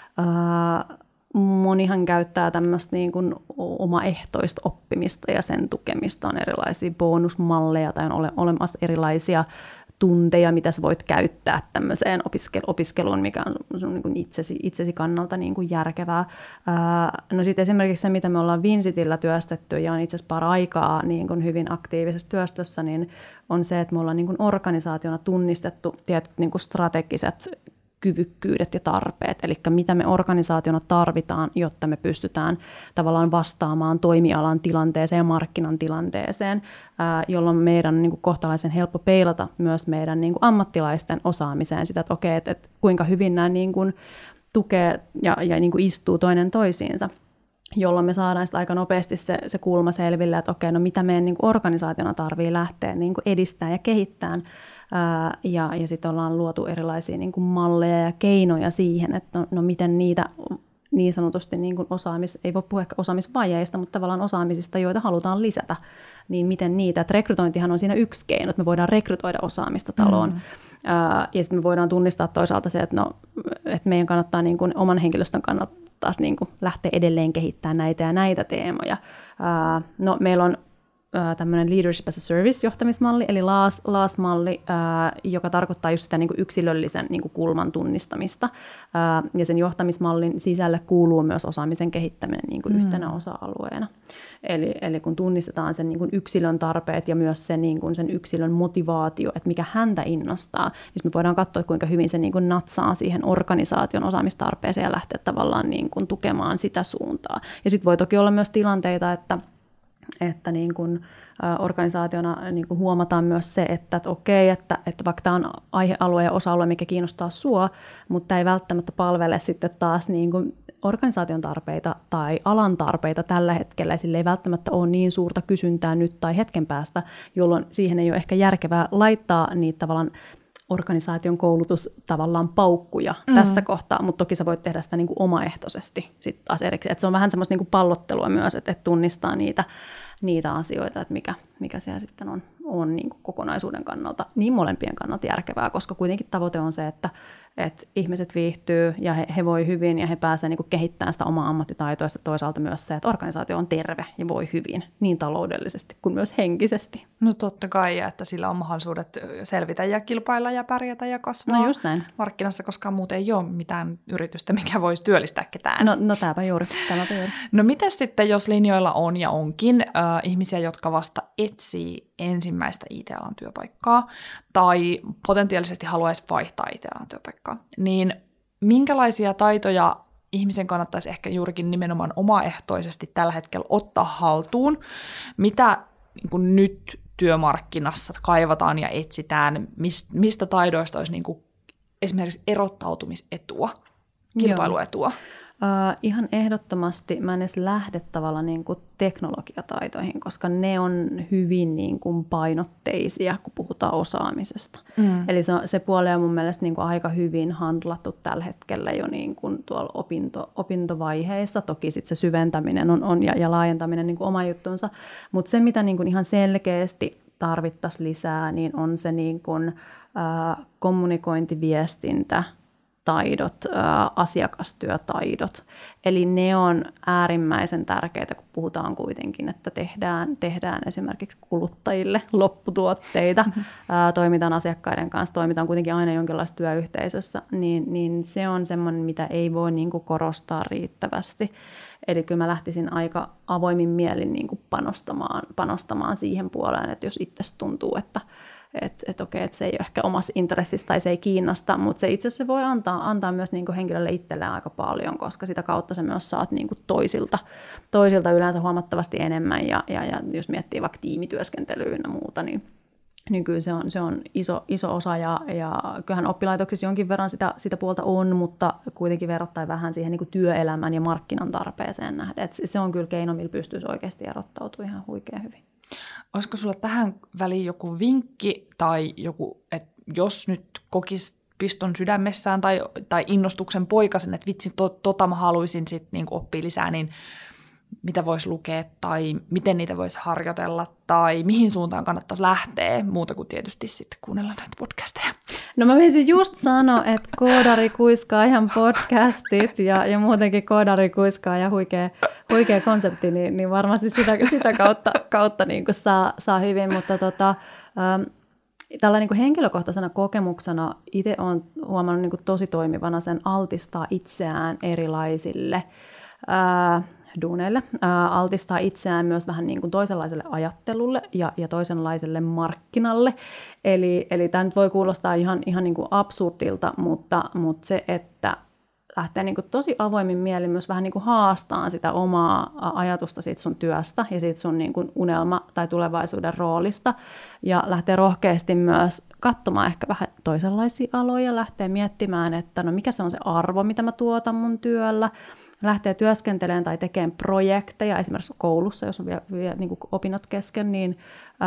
Äh, monihan käyttää tämmöistä niinku omaehtoista oppimista ja sen tukemista. On erilaisia bonusmalleja tai on ole, olemassa erilaisia tunteja, mitä sä voit käyttää tämmöiseen opiskeluun, mikä on sun niin kuin itsesi, itsesi kannalta niin kuin järkevää. Ää, no sitten esimerkiksi se, mitä me ollaan Vincitillä työstetty ja on itse asiassa paraikaa niin kuin hyvin aktiivisessa työstössä, niin on se, että me ollaan niin kuin organisaationa tunnistettu tietyt niin kuin strategiset kyvykkyydet ja tarpeet, eli mitä me organisaationa tarvitaan, jotta me pystytään tavallaan vastaamaan toimialan tilanteeseen ja markkinan tilanteeseen, jolloin meidän on niin kuin kohtalaisen helppo peilata myös meidän niin kuin ammattilaisten osaamiseen sitä, että okei, että, että kuinka hyvin nämä niin kuin tukee ja, ja niin kuin istuu toinen toisiinsa, jolloin me saadaan sitä aika nopeasti se, se kulma selville, että okei, no mitä meidän niin kuin organisaationa tarvii lähteä niin kuin edistämään ja kehittämään. Ää, ja ja sitten ollaan luotu erilaisia niin kuin malleja ja keinoja siihen, että no, no miten niitä niin sanotusti niin kuin osaamis, ei voi puhua ehkä osaamisvajeista, mutta tavallaan osaamisista, joita halutaan lisätä, niin miten niitä, että rekrytointihan on siinä yksi keino, että me voidaan rekrytoida osaamista taloon. Mm. Ää, ja sitten me voidaan tunnistaa toisaalta se, että, no, että meidän kannattaa niin kuin oman henkilöstön kannalta taas niin kuin lähteä edelleen kehittämään näitä ja näitä teemoja. Ää, no meillä on tämmöinen Leadership as a Service-johtamismalli, eli L A S-malli, joka tarkoittaa just sitä niin kuin yksilöllisen niin kuin kulman tunnistamista. Ja sen johtamismallin sisälle kuuluu myös osaamisen kehittäminen niin kuin mm. yhtenä osa-alueena. Eli, eli kun tunnistetaan sen niin kuin yksilön tarpeet ja myös sen, niin kuin sen yksilön motivaatio, että mikä häntä innostaa, niin me voidaan katsoa, kuinka hyvin se niin kuin natsaa siihen organisaation osaamistarpeeseen ja lähteä tavallaan niin kuin tukemaan sitä suuntaa. Ja sitten voi toki olla myös tilanteita, että että niin kun, organisaationa niin kuin huomataan myös se, että, että okei, että, että vaikka tämä on aihealue ja osa-alue, mikä kiinnostaa sua, mutta tämä ei välttämättä palvele sitten taas niin kuin organisaation tarpeita tai alan tarpeita tällä hetkellä, ja sillä ei välttämättä ole niin suurta kysyntää nyt tai hetken päästä, jolloin siihen ei ole ehkä järkevää laittaa niitä tavallaan organisaation koulutus tavallaan paukkuja mm. tässä kohtaa, mutta toki sä voit tehdä sitä niin kuin omaehtoisesti sitten taas erikseen. Et se on vähän semmoista niin kuin pallottelua myös, että et tunnistaa niitä, niitä asioita, että mikä, mikä siellä sitten on, on niin kuin kokonaisuuden kannalta, niin molempien kannalta järkevää, koska kuitenkin tavoite on se, että että ihmiset viihtyy ja he, he voi hyvin ja he pääsevät niin kuin kehittämään sitä omaa ammattitaitoa, ja toisaalta myös se, että organisaatio on terve ja voi hyvin niin taloudellisesti kuin myös henkisesti. No totta kai, että sillä on mahdollisuudet selvitä ja kilpailla ja pärjätä ja kasvaa no just näin. markkinassa, koska muuten ei ole mitään yritystä, mikä voisi työllistää ketään. No, no tämäpä juuri, tämäpä juuri. No miten sitten, jos linjoilla on ja onkin äh, ihmisiä, jotka vasta etsii ensimmäistä I T-alan työpaikkaa tai potentiaalisesti haluaisi vaihtaa I T-alan työpaikkaa, niin minkälaisia taitoja ihmisen kannattaisi ehkä juurikin nimenomaan omaehtoisesti tällä hetkellä ottaa haltuun, mitä niin kuin nyt työmarkkinassa kaivataan ja etsitään, mistä taidoista olisi niin kuin esimerkiksi erottautumisetua, kilpailuetua? Uh, ihan ehdottomasti mä en edes lähde tavallaan niin kuin teknologiataitoihin, koska ne on hyvin niin kuin painotteisia, kun puhutaan osaamisesta. Mm. Eli se, se puoli on mun mielestä niin kuin aika hyvin handlattu tällä hetkellä jo niin kuin tuolla opinto, opintovaiheessa. Toki sit se syventäminen on, on ja, ja laajentaminen niin kuin oma juttunsa, mutta se mitä niin kuin ihan selkeästi tarvittaisiin lisää, niin on se niin kuin, uh, kommunikointiviestintä, taidot, ää, asiakastyötaidot. Eli ne on äärimmäisen tärkeitä, kun puhutaan kuitenkin, että tehdään, tehdään esimerkiksi kuluttajille lopputuotteita, ää, toimitaan asiakkaiden kanssa, toimitaan kuitenkin aina jonkinlaisessa työyhteisössä, niin, niin se on semmoinen, mitä ei voi niin kuin korostaa riittävästi. Eli kyllä mä lähtisin aika avoimin mielin niin kuin panostamaan, panostamaan siihen puoleen, että jos itse tuntuu, että Että et okei, että se ei ole ehkä omassa intressissä tai se ei kiinnosta, mutta se itse asiassa voi antaa, antaa myös niinku henkilölle itselleen aika paljon, koska sitä kautta sä myös saat niinku toisilta, toisilta yleensä huomattavasti enemmän. Ja, ja, ja jos miettii vaikka tiimityöskentelyä ja muuta, niin, niin kyllä se on, se on iso, iso osa. Ja, ja kyllähän oppilaitoksissa jonkin verran sitä, sitä puolta on, mutta kuitenkin verrattain vähän siihen niinku työelämän ja markkinan tarpeeseen nähden. Et se on kyllä keino, millä pystyisi oikeasti erottautumaan ihan huikean hyvin. Olisiko sulla tähän väliin joku vinkki tai joku, että jos nyt kokisi piston sydämessään tai, tai innostuksen poikasen, että vitsi, to, tota mä haluaisin sitten niinku oppia lisää, niin mitä voisi lukea tai miten niitä voisi harjoitella tai mihin suuntaan kannattaisi lähteä, muuta kuin tietysti sitten kuunnella näitä podcasteja? No mä voisin just sanoa, että Koodari Kuiskaajan podcastit ja, ja muutenkin Koodari Kuiskaaja huikea, huikea konsepti, niin, niin varmasti sitä, sitä kautta, kautta niin kuin saa, saa hyvin, mutta tota, ähm, tällä niin kuin henkilökohtaisena kokemuksena itse olen huomannut niin kuin tosi toimivana sen altistaa itseään erilaisille äh, duuneille, ää, altistaa itseään myös vähän niin kuin toisenlaiselle ajattelulle ja, ja toisenlaiselle markkinalle. Eli, eli tämä nyt voi kuulostaa ihan, ihan niin kuin absurdilta, mutta, mutta se, että lähtee niin kuin tosi avoimin mielin myös vähän niin kuin haastamaan sitä omaa ajatusta siitä sun työstä ja siitä sun niin kuin unelma- tai tulevaisuuden roolista. Ja lähtee rohkeasti myös katsomaan ehkä vähän toisenlaisia aloja, lähtee miettimään, että no mikä se on se arvo, mitä mä tuotan mun työllä. Lähtee työskentelemään tai tekemään projekteja, esimerkiksi koulussa, jos on vielä, vielä niin kuin opinnot kesken, niin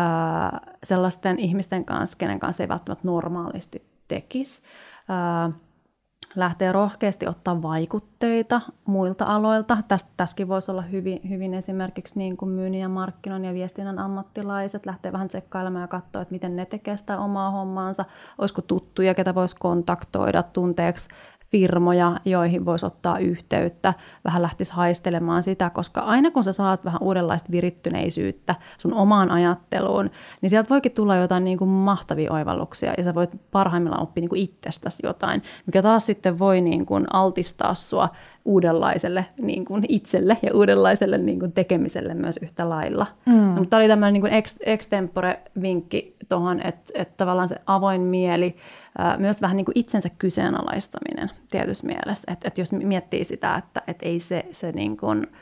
ää, sellaisten ihmisten kanssa, kenen kanssa ei välttämättä normaalisti tekisi. Ää, lähtee rohkeasti ottaa vaikutteita muilta aloilta. Tästä, tässäkin voisi olla hyvin, hyvin esimerkiksi niin kuin myynnin ja markkinan ja viestinnän ammattilaiset. Lähtee vähän tsekkailemaan ja katsoa, että miten ne tekee sitä omaa hommaansa. Olisiko tuttuja, ketä voisi kontaktoida, tunteeksi firmoja, joihin voisi ottaa yhteyttä, vähän lähtisi haistelemaan sitä, koska aina kun sä saat vähän uudenlaista virittyneisyyttä sun omaan ajatteluun, niin sieltä voikin tulla jotain niin kuin mahtavia oivalluksia, ja sä voit parhaimmillaan oppia niin kuin itsestäsi jotain, mikä taas sitten voi niin kuin altistaa sua uudenlaiselle niin kuin itselle ja uudenlaiselle niin kuin tekemiselle myös yhtä lailla. Mm. Tämä oli tämmöinen niin kuin ex, extempore-vinkki tuohon, että, että tavallaan se avoin mieli, myös vähän niin kuin itsensä kyseenalaistaminen tietyssä mielessä. Että, että jos miettii sitä, että, että ei se, se niin kuin,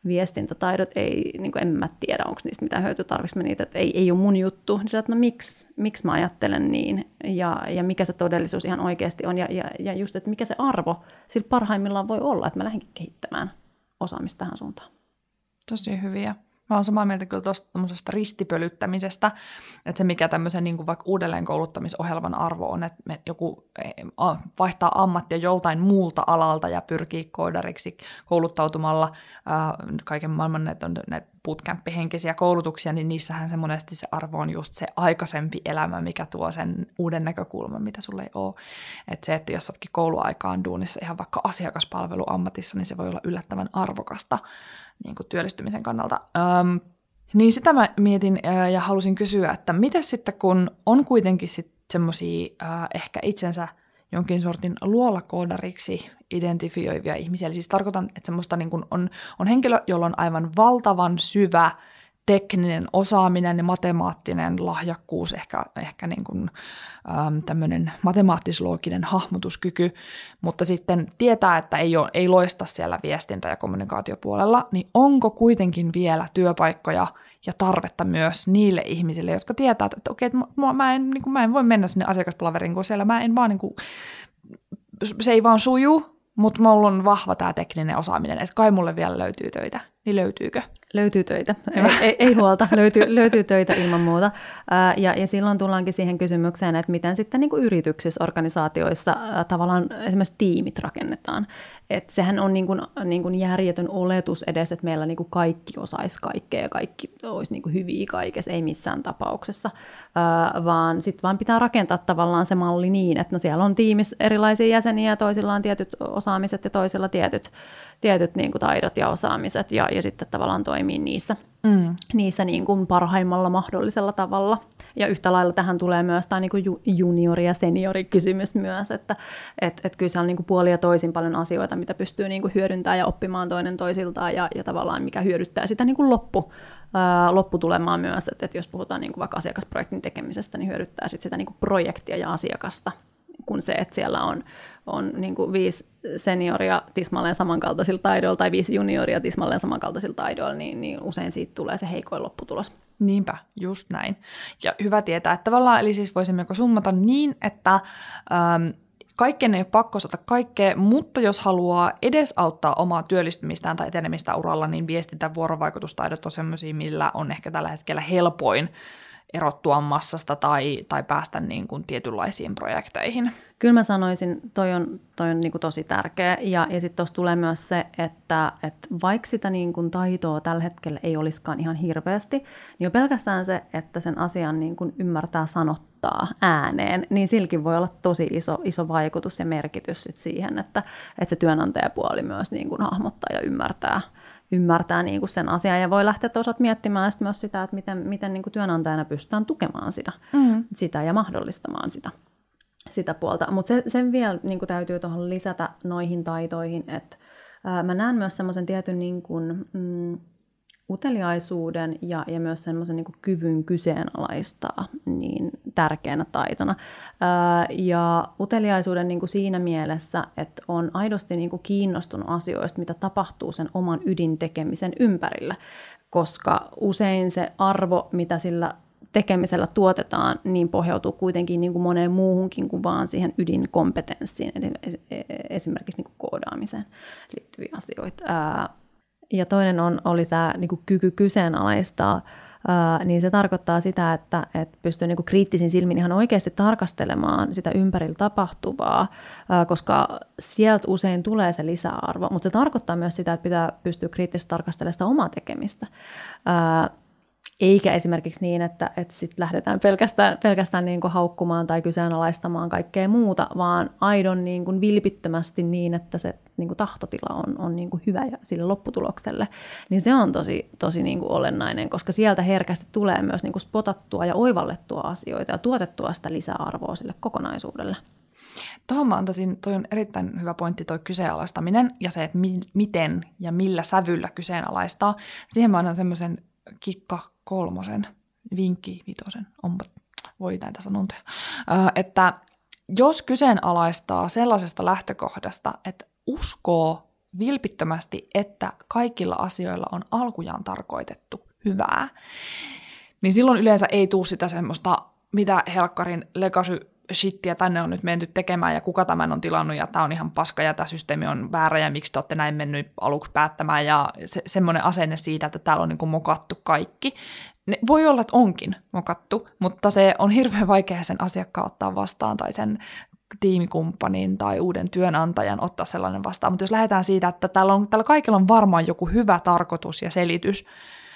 viestintätaidot, ei, niin kuin en mä tiedä, onko niistä mitään hyötyä, tarvitsen mä niitä, että ei, ei ole mun juttu. Niin sä, että no miksi, miksi mä ajattelen niin, ja, ja mikä se todellisuus ihan oikeasti on, ja, ja, ja just, että mikä se arvo sillä parhaimmillaan voi olla, että mä lähdenkin kehittämään osaamista tähän suuntaan. Tosi hyviä. Mä oon samaa mieltä kyllä tuosta ristipölyttämisestä, että se mikä tämmöisen niin kuin vaikka uudelleenkouluttamisohjelman arvo on, että me joku vaihtaa ammattia joltain muulta alalta ja pyrkii koodariksi kouluttautumalla ää, kaiken maailman näitä, näitä bootcamp-henkisiä koulutuksia, niin niissähän se monesti se arvo on just se aikaisempi elämä, mikä tuo sen uuden näkökulman, mitä sulle ei ole. Että se, että jos oletkin kouluaikaan duunissa ihan vaikka asiakaspalveluammatissa, niin se voi olla yllättävän arvokasta niin kuin työllistymisen kannalta. Öm, niin sitä mä mietin ää, ja halusin kysyä, että miten sitten kun on kuitenkin sitten semmoisia ehkä itsensä jonkin sortin luolakoodariksi identifioivia ihmisiä. Eli siis tarkoitan, että semmoista niin kuin on, on henkilö, jolla on aivan valtavan syvä tekninen osaaminen ja matemaattinen lahjakkuus, ehkä, ehkä niin kuin, äm, tämmöinen matemaattislooginen hahmotuskyky, mutta sitten tietää, että ei, ole, ei loista siellä viestintä- ja kommunikaatiopuolella, niin onko kuitenkin vielä työpaikkoja ja tarvetta myös niille ihmisille, jotka tietää, että okei, että mä, mä, en, niin kuin, mä en voi mennä sinne asiakaspalaveriin, kun siellä mä en vaan, niin kuin, se ei vaan suju, mutta mulla on vahva tämä tekninen osaaminen, että kai mulle vielä löytyy töitä, niin löytyykö? Löytyy töitä, ei, ei, ei huolta, löytyy, löytyy töitä ilman muuta. Ää, ja, ja silloin tullaankin siihen kysymykseen, että miten sitten niin kuin yrityksissä, organisaatioissa ää, tavallaan esimerkiksi tiimit rakennetaan. Et sehän on niin kuin, niin kuin järjetön oletus edes, että meillä niin kuin kaikki osaisi kaikkea ja kaikki olisi niin kuin hyviä kaikessa, ei missään tapauksessa, ää, vaan sitten vaan pitää rakentaa tavallaan se malli niin, että no siellä on tiimissä erilaisia jäseniä ja toisilla on tietyt osaamiset ja toisilla tietyt, tietyt niin kuin taidot ja osaamiset ja, ja sitten tavallaan toimii niissä, mm. niissä niin kuin parhaimmalla mahdollisella tavalla. Ja yhtä lailla tähän tulee myös tämä niin kuin juniori- ja seniorikysymys myös, että et, et kyllä siellä on niin kuin puolin ja toisin paljon asioita, mitä pystyy niin kuin hyödyntämään ja oppimaan toinen toisiltaan ja, ja tavallaan mikä hyödyttää sitä niin kuin loppu, ää, lopputulemaa myös, että et jos puhutaan niin kuin vaikka asiakasprojektin tekemisestä, niin hyödyttää sit sitä niin kuin projektia ja asiakasta, kun se, että siellä on, on niin kuin viisi senioria tismalleen samankaltaisilla taidoilla tai viisi junioria tismalleen samankaltaisilla taidoilla, niin, niin usein siitä tulee se heikoin lopputulos. Niinpä, just näin. Ja hyvä tietää, että tavallaan, eli siis voisimmeko summata niin, että ähm, kaikkeen ei ole pakko osata kaikkea, mutta jos haluaa edesauttaa omaa työllistymistään tai etenemistä uralla, niin viestintä- ja vuorovaikutustaidot on sellaisia, millä on ehkä tällä hetkellä helpoin erottua massasta tai, tai päästä niin kuin tietynlaisiin projekteihin. Kyllä mä sanoisin, toi on, toi on niin kuin tosi tärkeä. Ja, ja sitten tuossa tulee myös se, että, että vaikka sitä niin kuin taitoa tällä hetkellä ei olisikaan ihan hirveästi, niin jo pelkästään se, että sen asian niin kuin ymmärtää sanottaa ääneen, niin silläkin voi olla tosi iso, iso vaikutus ja merkitys sit siihen, että, että se työnantajapuoli myös niin kuin hahmottaa ja ymmärtää, ymmärtää niin kuin sen asian ja voi lähteä toisaalta miettimään sit myös sitä, että miten, miten niin kuin työnantajana pystytään tukemaan sitä, mm. sitä ja mahdollistamaan sitä, sitä puolta. Mutta se, sen vielä niin kuin täytyy tuohon lisätä noihin taitoihin, että ää, mä näen myös semmoisen tietyn niin kuin, mm, uteliaisuuden ja, ja myös semmoisen niin kuin kyvyn kyseenalaistaa niin tärkeänä taitona. Ää, ja uteliaisuuden niin kuin siinä mielessä, että on aidosti niin kuin kiinnostunut asioista, mitä tapahtuu sen oman ydintekemisen ympärillä, koska usein se arvo, mitä sillä tekemisellä tuotetaan, niin pohjautuu kuitenkin niin kuin moneen muuhunkin kuin vaan siihen ydinkompetenssiin, eli esimerkiksi niin kuin koodaamiseen liittyviä asioita. Ää, Ja toinen on, oli tämä niin kuin kyky kyseenalaistaa, ää, niin se tarkoittaa sitä, että, että pystyy niin kuin kriittisin silmin ihan oikeasti tarkastelemaan sitä ympärillä tapahtuvaa, ää, koska sieltä usein tulee se lisäarvo, mutta se tarkoittaa myös sitä, että pitää pystyä kriittisesti tarkastelemaan sitä omaa tekemistä. Ää, Eikä esimerkiksi niin, että, että sit lähdetään pelkästään, pelkästään niin kuin haukkumaan tai kyseenalaistamaan kaikkea muuta, vaan aidon niin kuin vilpittömästi niin, että se niin kuin tahtotila on, on niin kuin hyvä ja sille lopputulokselle. Niin se on tosi, tosi niin kuin olennainen, koska sieltä herkästi tulee myös niin kuin spotattua ja oivallettua asioita ja tuotettua sitä lisäarvoa sille kokonaisuudelle. Tuohon mä antaisin, toi on erittäin hyvä pointti toi kyseenalaistaminen ja se, että mi- miten ja millä sävyllä kyseenalaistaa. Siihen mä annan semmoisen kikka kolmosen, vinkki vitosen, onpa, voi näitä sanontoja, öö, että jos kyseenalaistaa sellaisesta lähtökohdasta, että uskoo vilpittömästi, että kaikilla asioilla on alkujaan tarkoitettu hyvää, niin silloin yleensä ei tule sitä semmoista, mitä helkkarin legacy shittiä tänne on nyt menty tekemään ja kuka tämän on tilannut ja tämä on ihan paska ja tämä systeemi on väärä ja miksi te olette näin mennyt aluksi päättämään ja se, semmoinen asenne siitä, että täällä on niin kuin mokattu kaikki. Ne, voi olla, että onkin mokattu, mutta se on hirveän vaikea sen asiakkaan ottaa vastaan tai sen tiimikumppanin tai uuden työnantajan ottaa sellainen vastaan. Mutta jos lähdetään siitä, että täällä, on, täällä kaikilla on varmaan joku hyvä tarkoitus ja selitys,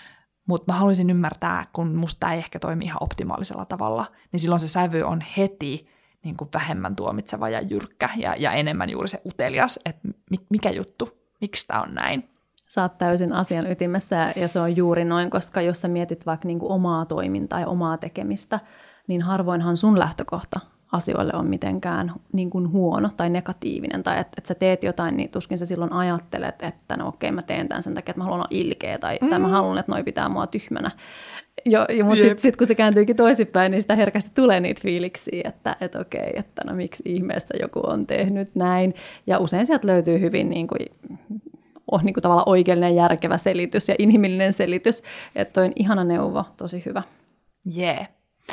mutta mä haluaisin ymmärtää, kun musta tämä ei ehkä toimi ihan optimaalisella tavalla, niin silloin se sävy on heti niin kuin vähemmän tuomitseva ja jyrkkä ja, ja enemmän juuri se utelias, että mikä juttu, miksi tämä on näin. Sä oot täysin asian ytimessä ja se on juuri noin, koska jos sä mietit vaikka niin kuin omaa toimintaa ja omaa tekemistä, niin harvoinhan sun lähtökohta asioille on mitenkään niin kuin huono tai negatiivinen, tai että et sä teet jotain, niin tuskin sä silloin ajattelet, että no okei, mä teen tämän sen takia, että mä haluan olla ilkeä, tai, mm. tai mä haluan, että noi pitää mua tyhmänä. Jo, jo, mutta sitten sit, kun se kääntyykin toisinpäin, niin sitä herkästi tulee niitä fiiliksiä, että et okei, että no miksi ihmeestä joku on tehnyt näin, ja usein sieltä löytyy hyvin niin kuin, oh, niin kuin tavallaan oikeellinen järkevä selitys ja inhimillinen selitys, että toi on ihana neuvo, tosi hyvä. Jee. Yeah.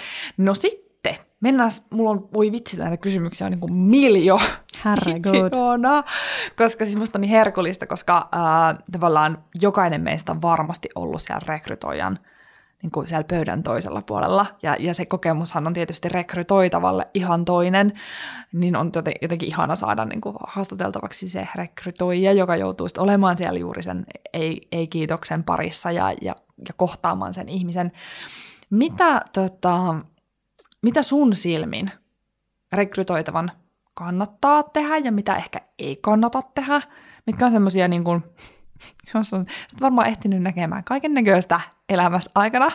No sitten. Mennään, mulla on, voi vitsi, näitä kysymyksiä on niin kuin miljo. Herregud. Koska siis musta on niin herkullista, koska äh, tavallaan jokainen meistä on varmasti ollut siellä rekrytoijan niin kuin siellä pöydän toisella puolella. Ja, ja se kokemushan on tietysti rekrytoitavalle ihan toinen, niin on jotenkin ihana saada niin kuin haastateltavaksi se rekrytoija, joka joutuu sitten olemaan siellä juuri sen ei, ei-kiitoksen parissa ja, ja, ja kohtaamaan sen ihmisen. Mitä tota... Mitä sun silmin rekrytoitavan kannattaa tehdä ja mitä ehkä ei kannata tehdä? Mitkä on semmoisia, niin kuin, jos on varmaan ehtinyt näkemään kaiken näköistä elämässä aikana,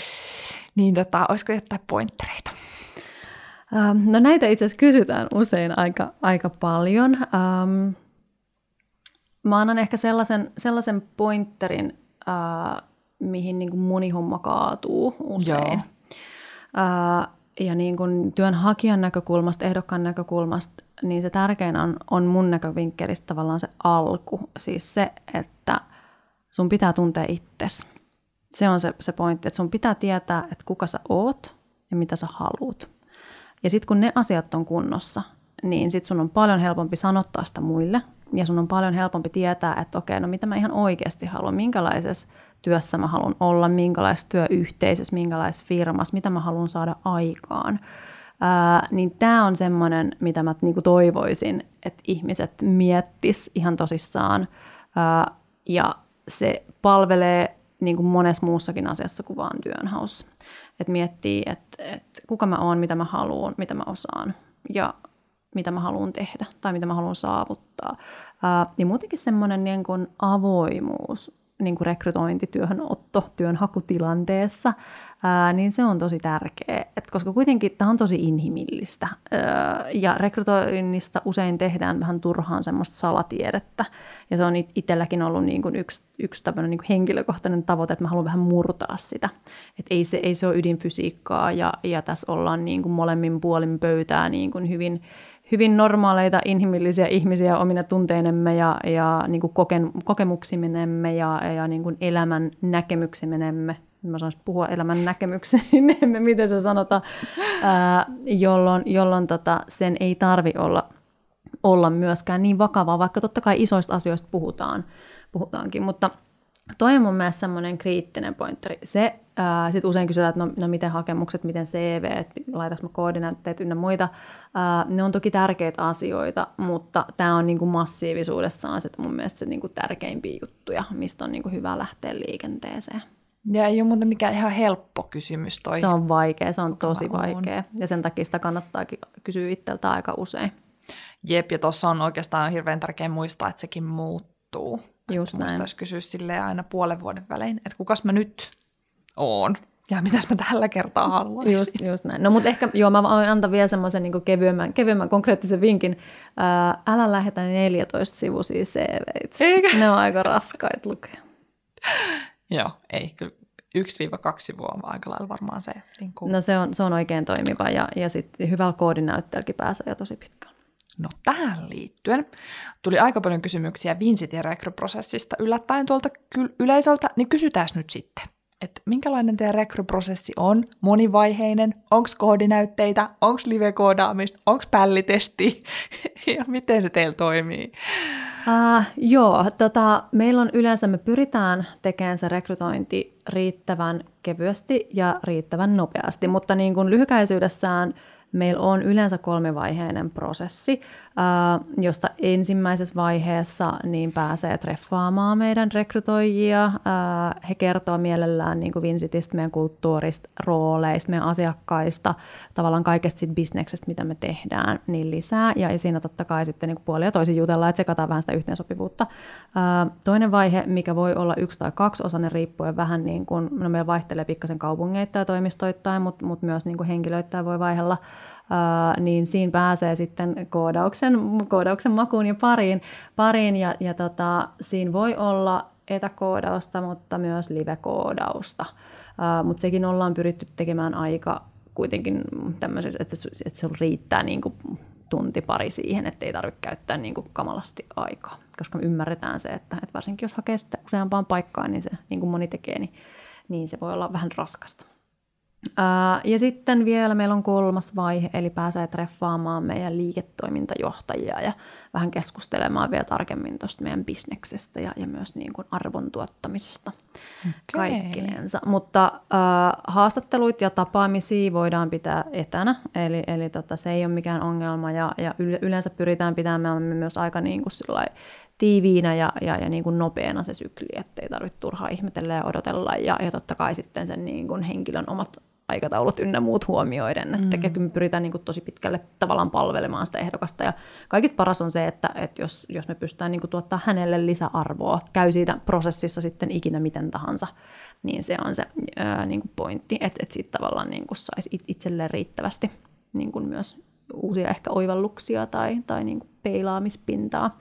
niin tota, olisiko jotain pointtereita? Ähm, no näitä itse asiassa kysytään usein aika, aika paljon. Ähm, mä annan ehkä sellaisen, sellaisen pointterin, äh, mihin niin kuin munihomma kaatuu usein. Äh, Ja niin kuin työnhakijan näkökulmasta, ehdokkaan näkökulmasta, niin se tärkein on, on mun näkövinkkelistä tavallaan se alku. Siis se, että sun pitää tuntea itsesi. Se on se, se pointti, että sun pitää tietää, että kuka sä oot ja mitä sä haluut. Ja sitten kun ne asiat on kunnossa, niin sit sun on paljon helpompi sanottaa sitä muille. Ja sun on paljon helpompi tietää, että okei, no mitä mä ihan oikeasti haluan, minkälaisessa työssä mä haluan olla, minkälaisessa työyhteisössä, minkälaisessa firmassa, mitä mä haluan saada aikaan. Ää, niin tämä on semmoinen, mitä mä niinku toivoisin, että ihmiset miettis ihan tosissaan. Ää, ja se palvelee niinku monessa muussakin asiassa kuin vaan työnhaussa. Että miettii, että et kuka mä oon, mitä mä haluan, mitä mä osaan ja mitä mä haluan tehdä tai mitä mä haluan saavuttaa. Ää, ja muutenkin semmoinen niin kuin avoimuus niin kuin rekrytointityöhönotto työnhakutilanteessa, ää, niin se on tosi tärkeä, et koska kuitenkin tämä on tosi inhimillistä ää, ja rekrytoinnista usein tehdään vähän turhaan semmoista salatiedettä ja se on itselläkin ollut niin kuin yksi, yksi tämmöinen niin kuin henkilökohtainen tavoite, että mä haluan vähän murtaa sitä, että ei se, ei se ole ydinfysiikkaa ja, ja tässä ollaan niin kuin molemmin puolin pöytää niin kuin hyvin hyvin normaaleita inhimillisiä ihmisiä omina tunteinemme ja, ja niin kuin koken, kokemuksiminemme ja, ja niin kuin elämän näkemyksiminemme. Mä sanoisin puhua elämän näkemyksiminemme, miten se sanotaan, ää, jolloin, jolloin tota, sen ei tarvi olla, olla myöskään niin vakavaa, vaikka totta kai isoista asioista puhutaan, puhutaankin, mutta toi on mun mielestä semmoinen kriittinen pointteri. Se, sitten usein kysytään, että no, no miten hakemukset, miten C V, laitanko mä koordinaatteet ynnä muita. Ää, ne on toki tärkeitä asioita, mutta tämä on niinku massiivisuudessaan se, mun mielestä se niinku tärkeimpiä juttuja, mistä on niinku hyvä lähteä liikenteeseen. Ja ei ole muuten mikään ihan helppo kysymys toi. Se on vaikea, se on tosi vaikea. Ja sen takia sitä kannattaakin kysyä itseltä aika usein. Jep, ja tuossa on oikeastaan hirveän tärkeä muistaa, että sekin muuttuu. Just näin. Muistaisi kysyä silleen aina puolen vuoden välein, että kukas mä nyt oon ja mitäs mä tällä kertaa haluaisin. Just, just näin. No mutta ehkä, joo, mä voin antaa vielä semmoisen niin kevyemmän, kevyemmän konkreettisen vinkin. Ää, älä lähetä neljätoista-sivuisia C V:itä. Eikä? Ne on aika raskaita lukea. Joo, ei. Kyllä yksi kaksi sivua on aika lailla varmaan se. Niin kuin... No se on, se on oikein toimiva ja, ja sitten hyvällä koodinäytteelläkin pääsee jo tosi pitkään. No tähän liittyen tuli aika paljon kysymyksiä Vincitin rekryprosessista yllättäen tuolta yleisöltä, niin kysytään nyt sitten, että minkälainen teidän rekryprosessi on, monivaiheinen, onko koodinäytteitä, onko live-koodaamista, onko pällitesti ja miten se teillä toimii? Uh, joo, tota, meillä on yleensä, me pyritään tekemään se rekrytointi riittävän kevyesti ja riittävän nopeasti, mutta niin kuin lyhykäisyydessään meillä on yleensä kolmivaiheinen prosessi, josta ensimmäisessä vaiheessa niin pääsee treffaamaan meidän rekrytoijia. He kertoo mielellään niin kuin Vincitistä, meidän kulttuurista, rooleista, meidän asiakkaista, tavallaan kaikesta siitä bisneksestä, mitä me tehdään, niin lisää. Ja siinä totta kai sitten niin kuin puolin ja toisin jutellaan, että tsekataan vähän sitä yhteensopivuutta. Toinen vaihe, mikä voi olla yksi tai kaksi osainen riippuen vähän, niin kuin, no meillä vaihtelee pikkasen kaupungeittain ja toimistoittain, mutta, mutta myös niin kuin henkilöittäin voi vaihella. Uh, niin siinä pääsee sitten koodauksen, koodauksen makuun ja pariin, pariin ja, ja tota, siinä voi olla etäkoodausta, mutta myös live-koodausta, uh, mutta sekin ollaan pyritty tekemään aika kuitenkin tämmöisessä, että, että se riittää niin kuin tunti pari siihen, ettei tarvitse käyttää niin kuin kamalasti aikaa, koska me ymmärretään se, että, että varsinkin jos hakee sitä useampaan paikkaan, niin se niin kuin moni tekee, niin, niin se voi olla vähän raskasta. Uh, ja sitten vielä meillä on kolmas vaihe, eli pääsee treffaamaan meidän liiketoimintajohtajia ja vähän keskustelemaan vielä tarkemmin tuosta meidän bisneksestä ja, ja myös niin kuin arvon tuottamisesta okay. kaikkinensa. Mutta uh, haastatteluita ja tapaamisia voidaan pitää etänä, eli, eli tota, se ei ole mikään ongelma ja, ja yleensä pyritään pitämään myös aika niin kuin sillai, tiiviinä ja, ja, ja niin kuin nopeana se sykli, ettei tarvitse turhaa ihmetellä ja odotella ja, ja totta kai sitten sen niin kuin henkilön omat aikataulut ynnä muut huomioiden, että mm. me pyritään niin kuin tosi pitkälle tavallaan palvelemaan sitä ehdokasta ja kaikista paras on se, että, että jos, jos me pystytään niin kuin tuottaa hänelle lisäarvoa, käy siitä prosessissa sitten ikinä miten tahansa, niin se on se ää, niin kuin pointti, että, että siitä tavallaan niin kuin saisi itselleen riittävästi niin kuin myös uusia ehkä oivalluksia tai, tai niin kuin peilaamispintaa.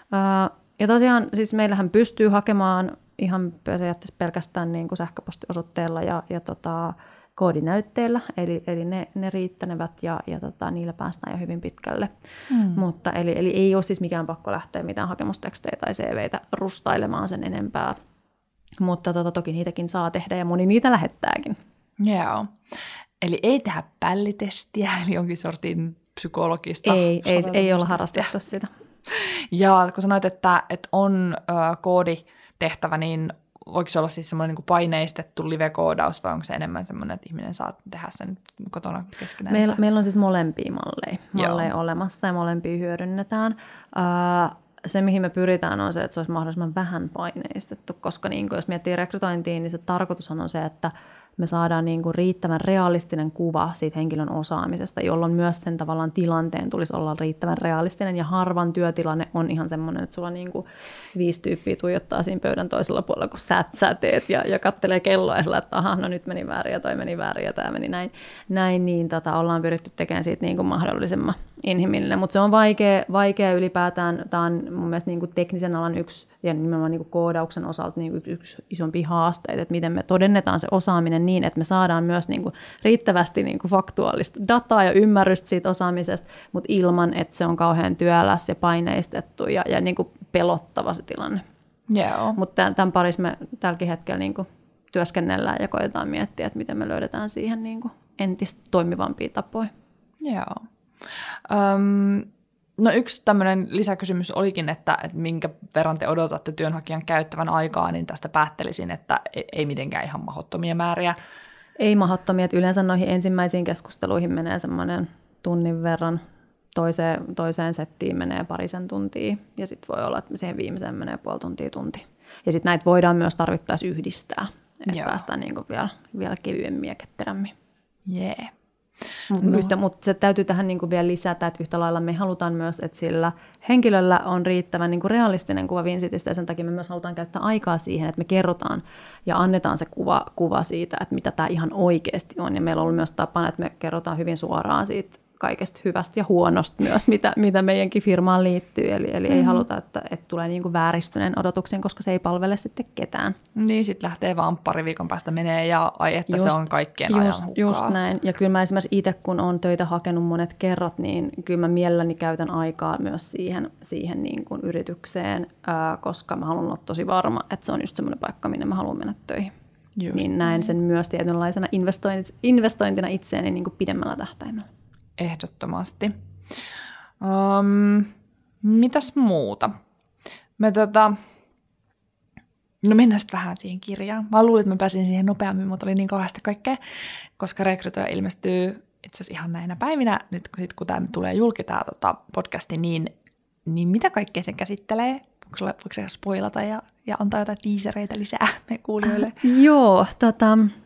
Ja tosiaan siis meillähän pystyy hakemaan ihan periaatteessa pelkästään niin kuin sähköpostiosoitteella ja, ja tota, koodinäytteellä, eli, eli ne, ne riittänevät ja, ja tota, niillä päästään jo hyvin pitkälle. Mm. Mutta, eli, eli ei ole siis mikään pakko lähteä mitään hakemustekstejä tai C V:tä rustailemaan sen enempää, mutta tota, toki niitäkin saa tehdä ja moni niitä lähettääkin. Joo, eli ei tehdä pällitestiä, eli jonkin sortin psykologista. Ei, ei, ei olla harrastettu sitä. Ja kun sanoit, että, että on ö, kooditehtävä, niin voiko se olla siis semmoinen niin kuin paineistettu live-koodaus vai onko se enemmän semmoinen, että ihminen saa tehdä sen kotona keskenään? Meillä, meillä on siis molempia malleja, malleja olemassa ja molempia hyödynnetään. Uh, se, mihin me pyritään, on se, että se olisi mahdollisimman vähän paineistettu, koska niin kuin jos miettii rekrytointiin, niin se tarkoitushan on se, että me saadaan niin kuin riittävän realistinen kuva siitä henkilön osaamisesta, jolloin myös sen tavallaan tilanteen tulisi olla riittävän realistinen. Ja harvan työtilanne on ihan semmoinen, että sulla niin kuin viisi tyyppiä tuijottaa siinä pöydän toisella puolella, kun sä, sä teet ja, ja kattelee kelloa ja sillä, että aha, no nyt meni väärin ja toi meni väärin ja tämä meni näin. Näin niin tota, ollaan pyritty tekemään siitä niin kuin mahdollisimman inhimillinen. Mutta se on vaikea, vaikea ylipäätään. Tämä on mun mielestä niin kuin teknisen alan yksi ja nimenomaan niin kuin koodauksen osalta niin kuin yksi isompi haasteita, että miten me todennetaan se osaaminen niin, että me saadaan myös niin kuin riittävästi niin kuin faktuaalista dataa ja ymmärrystä siitä osaamisesta, mutta ilman, että se on kauhean työläs ja paineistettu ja, ja niin kuin pelottava se tilanne. Yeah. Mutta tämän, tämän parissa me tälläkin hetkellä niin kuin työskennellään ja koetaan miettiä, että miten me löydetään siihen niin kuin entistä toimivampia tapoja. Joo. Um, no yksi tämmöinen lisäkysymys olikin, että, että minkä verran te odotatte työnhakijan käyttävän aikaa, niin tästä päättelisin, että ei mitenkään ihan mahdottomia määriä. Ei mahdottomia, että yleensä noihin ensimmäisiin keskusteluihin menee semmoinen tunnin verran, toiseen, toiseen settiin menee parisen tuntia ja sitten voi olla, että siihen viimeiseen menee puoli tuntia tunti. Ja sitten näitä voidaan myös tarvittaessa yhdistää, että Joo. päästään niinku vielä, vielä kevyemmin ja ketterämmin. Jee. Yeah. No. Yhtä, mutta se täytyy tähän niin kuin vielä lisätä, että yhtä lailla me halutaan myös, että sillä henkilöllä on riittävän niin kuin realistinen kuva Vincitistä ja sen takia me myös halutaan käyttää aikaa siihen, että me kerrotaan ja annetaan se kuva, kuva siitä, että mitä tämä ihan oikeasti on. Ja meillä on ollut myös tapana, että me kerrotaan hyvin suoraan siitä kaikesta hyvästä ja huonosta myös, mitä, mitä meidänkin firmaan liittyy. Eli, eli mm-hmm. ei haluta, että, että tulee niin kuin vääristyneen odotuksen, koska se ei palvele sitten ketään. Niin, sitten lähtee vaan pari viikon päästä menee ja ai, että just, se on kaikkien just, ajan hukkaa. Just näin. Ja kyllä mä esimerkiksi itse, kun olen töitä hakenut monet kerrat, niin kyllä mä mielelläni käytän aikaa myös siihen, siihen niin kuin yritykseen, ää, koska mä haluan olla tosi varma, että se on just semmoinen paikka, minne mä haluan mennä töihin. Just niin näen sen myös tietynlaisena investointina itseäni niin kuin pidemmällä tähtäimellä. Ehdottomasti. Um, mitäs muuta? Me tota... No mennään sitten vähän siihen kirjaan. Mä luulin, että mä pääsin siihen nopeammin, mutta oli niin kauheasti kaikkea, koska Rekrytoija ilmestyy itse asiassa ihan näinä päivinä. Nyt kun, sit, kun tämä tulee julki, tämä tota, podcasti, niin, niin mitä kaikkea se käsittelee? Voiko, sulla, voiko se spoilata ja, ja antaa jotain teasereita lisää me kuulijoille? Äh, joo, tota, mm,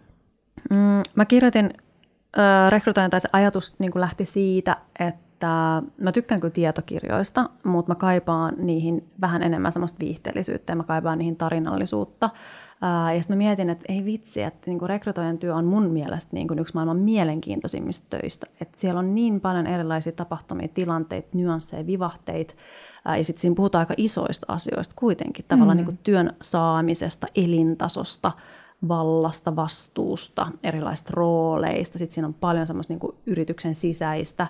mä kirjoitin äh, Rekrytoijan, tai se ajatus niin kuin lähti siitä, että mä tykkään kyllä tietokirjoista, mutta mä kaipaan niihin vähän enemmän semmoista viihteellisyyttä ja mä kaipaan niihin tarinallisuutta. Ää, ja sitten mä mietin, että ei vitsi, että niinku rekrytoijan työ on mun mielestä niinku yksi maailman mielenkiintoisimmista töistä. Että siellä on niin paljon erilaisia tapahtumia, tilanteita, nyansseja, vivahteita. Ää, ja sitten siinä puhutaan aika isoista asioista kuitenkin. Tavallaan mm-hmm. niinku työn saamisesta, elintasosta, vallasta, vastuusta, erilaisista rooleista. Sitten siinä on paljon semmoista niinku yrityksen sisäistä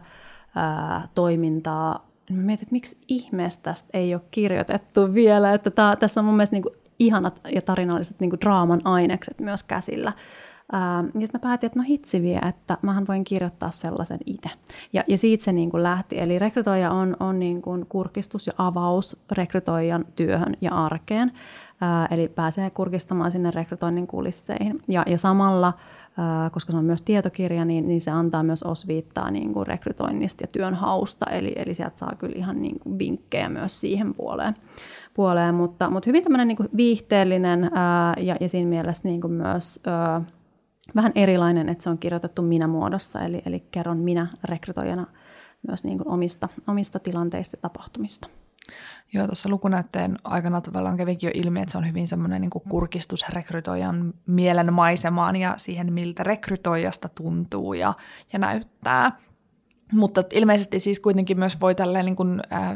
ää, toimintaa. Mä mietin, että miksi ihmeestä tästä ei ole kirjoitettu vielä. Että tää, tässä on mun mielestä niinku ihanat ja tarinalliset niinku draaman ainekset myös käsillä. Ää, ja sitten mä päätin, että no hitsi vie, että mähän voin kirjoittaa sellaisen itse. Ja, ja siitä se niinku lähti. Eli rekrytoija on, on niinku kurkistus ja avaus rekrytoijan työhön ja arkeen. Ää, eli pääsee kurkistamaan sinne rekrytoinnin kulisseihin. Ja, ja samalla, ää, koska se on myös tietokirja, niin, niin se antaa myös osviittaa niinku rekrytoinnista ja työnhausta. Eli, eli sieltä saa kyllä ihan niinku vinkkejä myös siihen puoleen. puoleen mutta, mutta hyvin tämmöinen niinku viihteellinen ää, ja, ja siinä mielessä niinku myös ää, vähän erilainen, että se on kirjoitettu minä-muodossa. Eli, eli kerron minä rekrytoijana myös niinku omista, omista tilanteista ja tapahtumista. Joo, tuossa lukunäytteen aikana tavallaan kävikin jo ilmi, että se on hyvin semmoinen niin kuin kurkistus rekrytoijan mielen maisemaan ja siihen, miltä rekrytoijasta tuntuu ja, ja näyttää. Mutta ilmeisesti siis kuitenkin myös voi tälleen niin kuin, äh,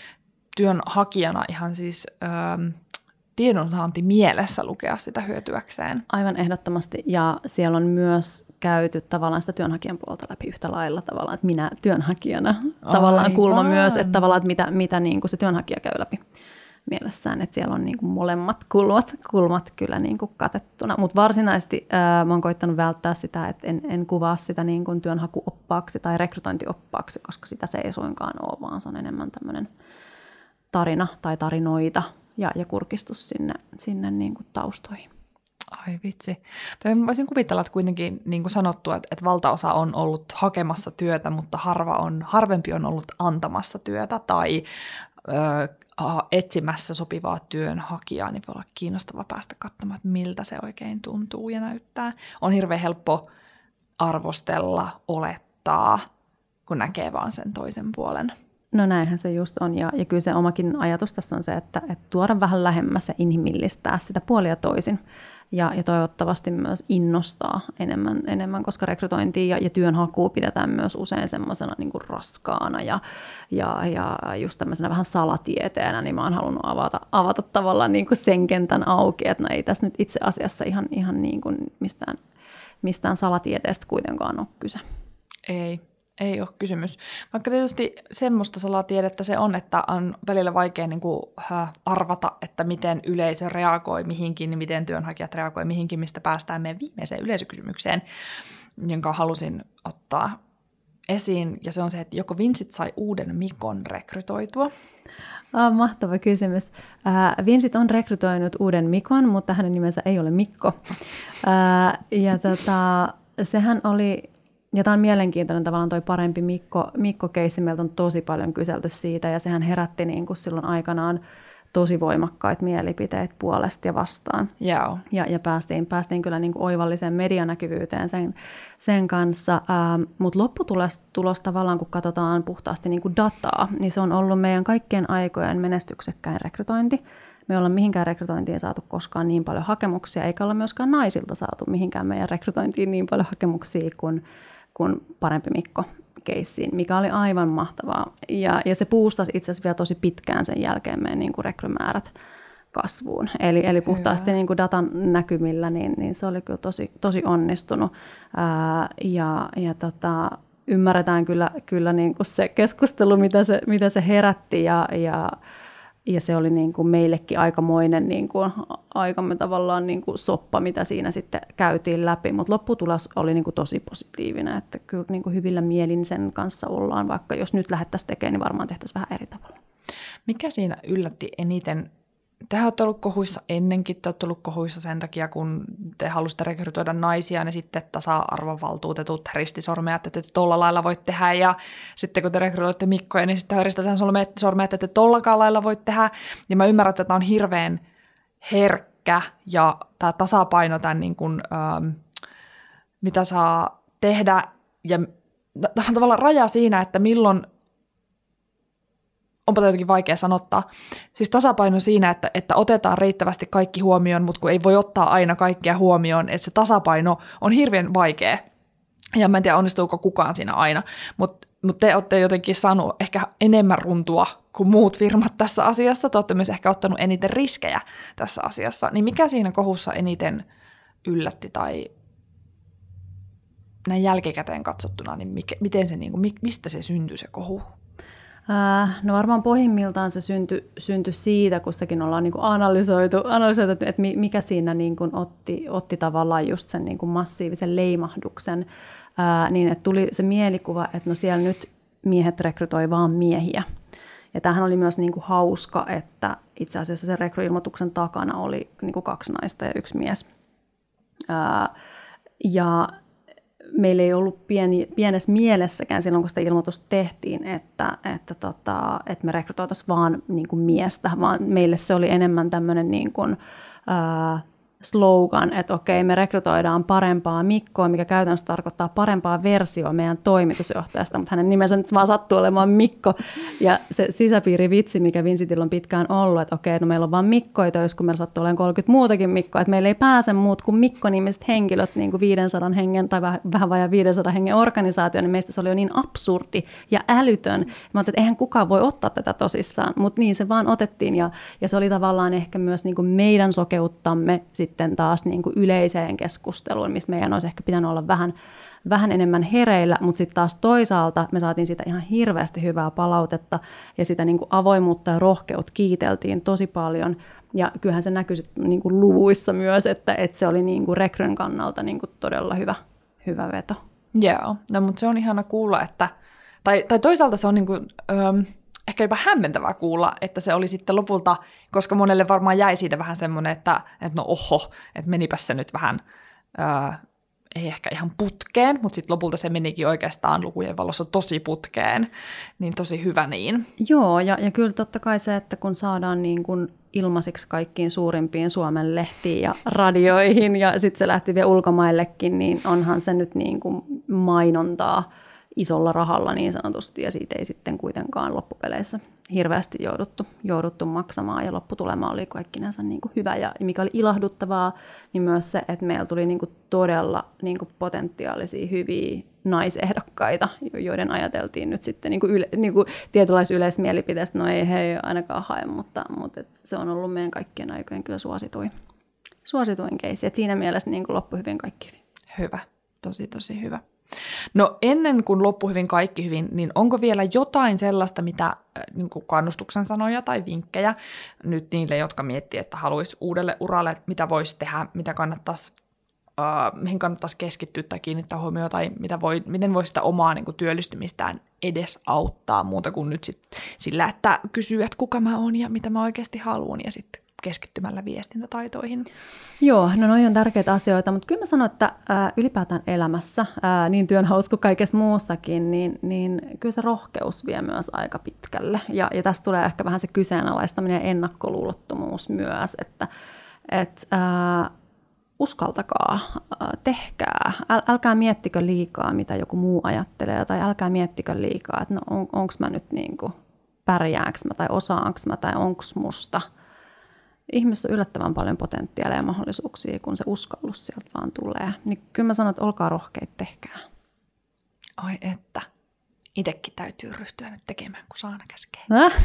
työnhakijana ihan siis äh, tiedonsaanti mielessä lukea sitä hyötyäkseen. Aivan ehdottomasti, ja siellä on myös käyty tavallaan sitä työnhakijan puolta läpi yhtä lailla tavallaan, että minä työnhakijana tavallaan Aivan. kulma myös, että tavallaan, että mitä, mitä niin kuin se työnhakija käy läpi mielessään, että siellä on niin kuin molemmat kulmat, kulmat kyllä niin kuin katettuna, mutta varsinaisesti ää, mä oon koittanut välttää sitä, että en, en kuvaa sitä niin kuin työnhakuoppaaksi tai rekrytointioppaaksi, koska sitä se ei suinkaan ole, vaan se on enemmän tämmöinen tarina tai tarinoita ja, ja kurkistus sinne, sinne niin kuin taustoihin. Ai vitsi. Toi voisin kuvitella, että kuitenkin niin kuin sanottu, että, että valtaosa on ollut hakemassa työtä, mutta harva on, harvempi on ollut antamassa työtä tai ö, etsimässä sopivaa työnhakijaa, niin voi olla kiinnostava päästä katsomaan, että miltä se oikein tuntuu ja näyttää. On hirveän helppo arvostella, olettaa, kun näkee vaan sen toisen puolen. No näinhän se just on, ja, ja kyllä se omakin ajatus tässä on se, että, että tuoda vähän lähemmäs ja inhimillistää sitä puolia toisin. Ja, ja toivottavasti myös innostaa enemmän, enemmän koska rekrytointia ja, ja työnhakua pidetään myös usein semmoisena niin kuin raskaana ja, ja, ja just tämmöisenä vähän salatieteenä, niin mä oon halunnut avata, avata tavallaan niin kuin sen kentän auki, että no ei tässä nyt itse asiassa ihan, ihan niin kuin mistään, mistään salatieteestä kuitenkaan ole kyse. Ei. Ei ole kysymys. Vaikka tietysti semmoista salatiedettä se on, että on välillä vaikea niin kuin, äh, arvata, että miten yleisö reagoi mihinkin, miten työnhakijat reagoi mihinkin, mistä päästään meidän viimeiseen yleisökysymykseen, jonka halusin ottaa esiin. Ja se on se, että joko Vincit sai uuden Mikon rekrytoitua. Oh, mahtava kysymys. Äh, Vincit on rekrytoinut uuden Mikon, mutta hänen nimensä ei ole Mikko. Äh, ja tota, sehän oli... Ja tämä on mielenkiintoinen tavallaan toi parempi Mikko, Mikko-keissi, meiltä on tosi paljon kyselty siitä, ja sehän herätti niin kuin silloin aikanaan tosi voimakkaita mielipiteitä puolesta ja vastaan. Yeah. Ja, ja päästiin, päästiin kyllä niin kuin oivalliseen medianäkyvyyteen sen, sen kanssa, ähm, mutta lopputulos tulos tavallaan, kun katsotaan puhtaasti niin kuin dataa, niin se on ollut meidän kaikkien aikojen menestyksekkäin rekrytointi. Me ei olla mihinkään rekrytointiin saatu koskaan niin paljon hakemuksia, eikä olla myöskään naisilta saatu mihinkään meidän rekrytointiin niin paljon hakemuksia kuin kun parempi Mikko. keissiin, mikä oli aivan mahtavaa. Ja, ja se boostasi itse asiassa vielä tosi pitkään sen jälkeen meidän niin kuin rekrymäärät kasvuun. Eli, eli puhtaasti niin kuin datan näkymillä, niin, niin se oli kyllä tosi, tosi onnistunut. Ää, ja ja tota, ymmärretään kyllä, kyllä niin kuin se keskustelu, mitä se, mitä se herätti, ja, ja, ja se oli niin kuin meillekin aikamoinen niin kuin, aikamme tavallaan niin kuin soppa, mitä siinä sitten käytiin läpi, mutta lopputulos oli niin kuin tosi positiivinen, että kyllä niin kuin hyvillä mielin sen kanssa ollaan, vaikka jos nyt lähdettäisiin tekemään, niin varmaan tehtäisiin vähän eri tavalla. Mikä siinä yllätti eniten? Tehän olette ollut kohuissa ennenkin, te olette ollut kohuissa sen takia, kun te halusitte rekrytoida naisia, niin sitten tasa-arvovaltuutetut heristi sormea, että te tolla lailla voit tehdä, ja sitten kun te rekrytoitte Mikkoja, niin sitten heristetään sormea, että te tollakaan lailla voit tehdä, ja mä ymmärrän, että tämä on hirveän herkkä, ja tämä tasapaino tämän, niin kuin, ähm, mitä saa tehdä, ja tavallaan raja siinä, että milloin, onpa jotenkin vaikea sanottaa, siis tasapaino siinä, että, että otetaan riittävästi kaikki huomioon, mutta kun ei voi ottaa aina kaikkea huomioon, että se tasapaino on hirveän vaikea. Ja mä en tiedä, onnistuuko kukaan siinä aina, mutta mut te olette jotenkin saanut ehkä enemmän runtua kuin muut firmat tässä asiassa. Te olette myös ehkä ottanut eniten riskejä tässä asiassa. Niin mikä siinä kohussa eniten yllätti tai näin jälkikäteen katsottuna, niin mikä, miten se, niin kuin, mistä se syntyi se kohu? No varmaan pohjimmiltaan se syntyi, syntyi siitä, kun sitäkin ollaan niin kuin analysoitu, analysoitu, että mikä siinä niin kuin otti, otti tavallaan just sen niin kuin massiivisen leimahduksen, ää, niin että tuli se mielikuva, että no siellä nyt miehet rekrytoi vaan miehiä. Ja tämähän oli myös niin kuin hauska, että itse asiassa sen rekryilmoituksen takana oli niin kuin kaksi naista ja yksi mies. Ää, ja meillä ei ollut pieni, pienessä mielessäkään silloin, kun sitä ilmoitusta tehtiin, että, että, tota, että me rekrytoitaisiin vaan niin kuin miestä, vaan meille se oli enemmän tämmöinen niin kuin, ää, slogan, että okei, me rekrytoidaan parempaa Mikkoa, mikä käytännössä tarkoittaa parempaa versioa meidän toimitusjohtajasta, mutta hänen nimensä nyt vaan sattuu olemaan Mikko. Ja se sisäpiirivitsi, mikä Vincitillä on pitkään ollut, että okei, no meillä on vaan Mikkoja töissä, kun meillä sattuu olemaan kolmekymmentä muutakin Mikkoa, että meillä ei pääse muut kuin Mikko-nimiset henkilöt niin kuin viisisataa hengen tai vähän vajaa viisisataa hengen organisaatio, niin meistä se oli jo niin absurdi ja älytön. Mä ajattelin, että eihän kukaan voi ottaa tätä tosissaan, mutta niin se vaan otettiin, ja, ja se oli tavallaan ehkä myös niin kuin meidän sokeuttamme sitten taas niin kuin yleiseen keskusteluun, missä meidän olisi ehkä pitänyt olla vähän, vähän enemmän hereillä, mutta sitten taas toisaalta me saatiin siitä ihan hirveästi hyvää palautetta, ja sitä niin kuin avoimuutta ja rohkeutta kiiteltiin tosi paljon, ja kyllähän se näkyi sitten niin kuin luvuissa myös, että, että se oli niin kuin rekryn kannalta niin kuin todella hyvä, hyvä veto. Joo, no mutta se on ihana kuulla, että, tai, tai toisaalta se on niin kuin, öö, ehkä jopa hämmentävää kuulla, että se oli sitten lopulta, koska monelle varmaan jäi siitä vähän semmoinen, että, että no oho, että menipäs se nyt vähän, öö, ei ehkä ihan putkeen, mutta sitten lopulta se menikin oikeastaan lukujen valossa tosi putkeen, niin tosi hyvä niin. Joo, ja, ja kyllä totta kai se, että kun saadaan niin kuin ilmaisiksi kaikkiin suurimpiin Suomen lehtiin ja radioihin, ja sitten se lähti vielä ulkomaillekin, niin onhan se nyt niin kuin mainontaa isolla rahalla niin sanotusti, ja siitä ei sitten kuitenkaan loppupeleissä hirveästi jouduttu, jouduttu maksamaan, ja lopputulema oli kaikkinensa niin kuin hyvä, ja mikä oli ilahduttavaa, niin myös se, että meillä tuli niin kuin todella niin kuin potentiaalisia hyviä naisehdokkaita, joiden ajateltiin nyt sitten niin kuin yle, niin kuin tietynlaisessa yleismielipiteessä, no ei he ei ainakaan hae, mutta, mutta se on ollut meidän kaikkien aikojen kyllä suosituin, suosituin keissi, että siinä mielessä niin kuin loppui hyvin kaikki hyvin. Hyvä, tosi tosi hyvä. No ennen kuin loppu hyvin kaikki hyvin, niin onko vielä jotain sellaista, mitä niin kuin kannustuksen sanoja tai vinkkejä nyt niille, jotka miettii, että haluaisi uudelle uralle, että mitä voisi tehdä, mitä kannattaisi, uh, mihin kannattaisi keskittyä tai kiinnittää huomioon, tai mitä voi, miten voisi sitä omaa niin kuin työllistymistään edes auttaa muuta kuin nyt sit sillä, että kysyy, että kuka mä oon ja mitä mä oikeasti haluan, ja sitten keskittymällä viestintätaitoihin. Joo, no noi on tärkeitä asioita, mutta kyllä mä sanon, että ää, ylipäätään elämässä, ää, niin työnhaussa kuin kaikessa muussakin, niin, niin kyllä se rohkeus vie myös aika pitkälle. Ja, ja tässä tulee ehkä vähän se kyseenalaistaminen ja ennakkoluulottomuus myös, että et, ää, uskaltakaa, ää, tehkää, Äl, älkää miettikö liikaa, mitä joku muu ajattelee, tai älkää miettikö liikaa, että no on, onko mä nyt niinku, pärjäänkö mä, tai osaanko mä, tai onko musta. Ihmisessä on yllättävän paljon potentiaalia ja mahdollisuuksia, kun se uskallus sieltä vaan tulee. Niin kyllä mä sanon, että olkaa rohkeita, tehkää. Ai että. Itekin täytyy ryhtyä nyt tekemään, kun Saana käskee. Äh?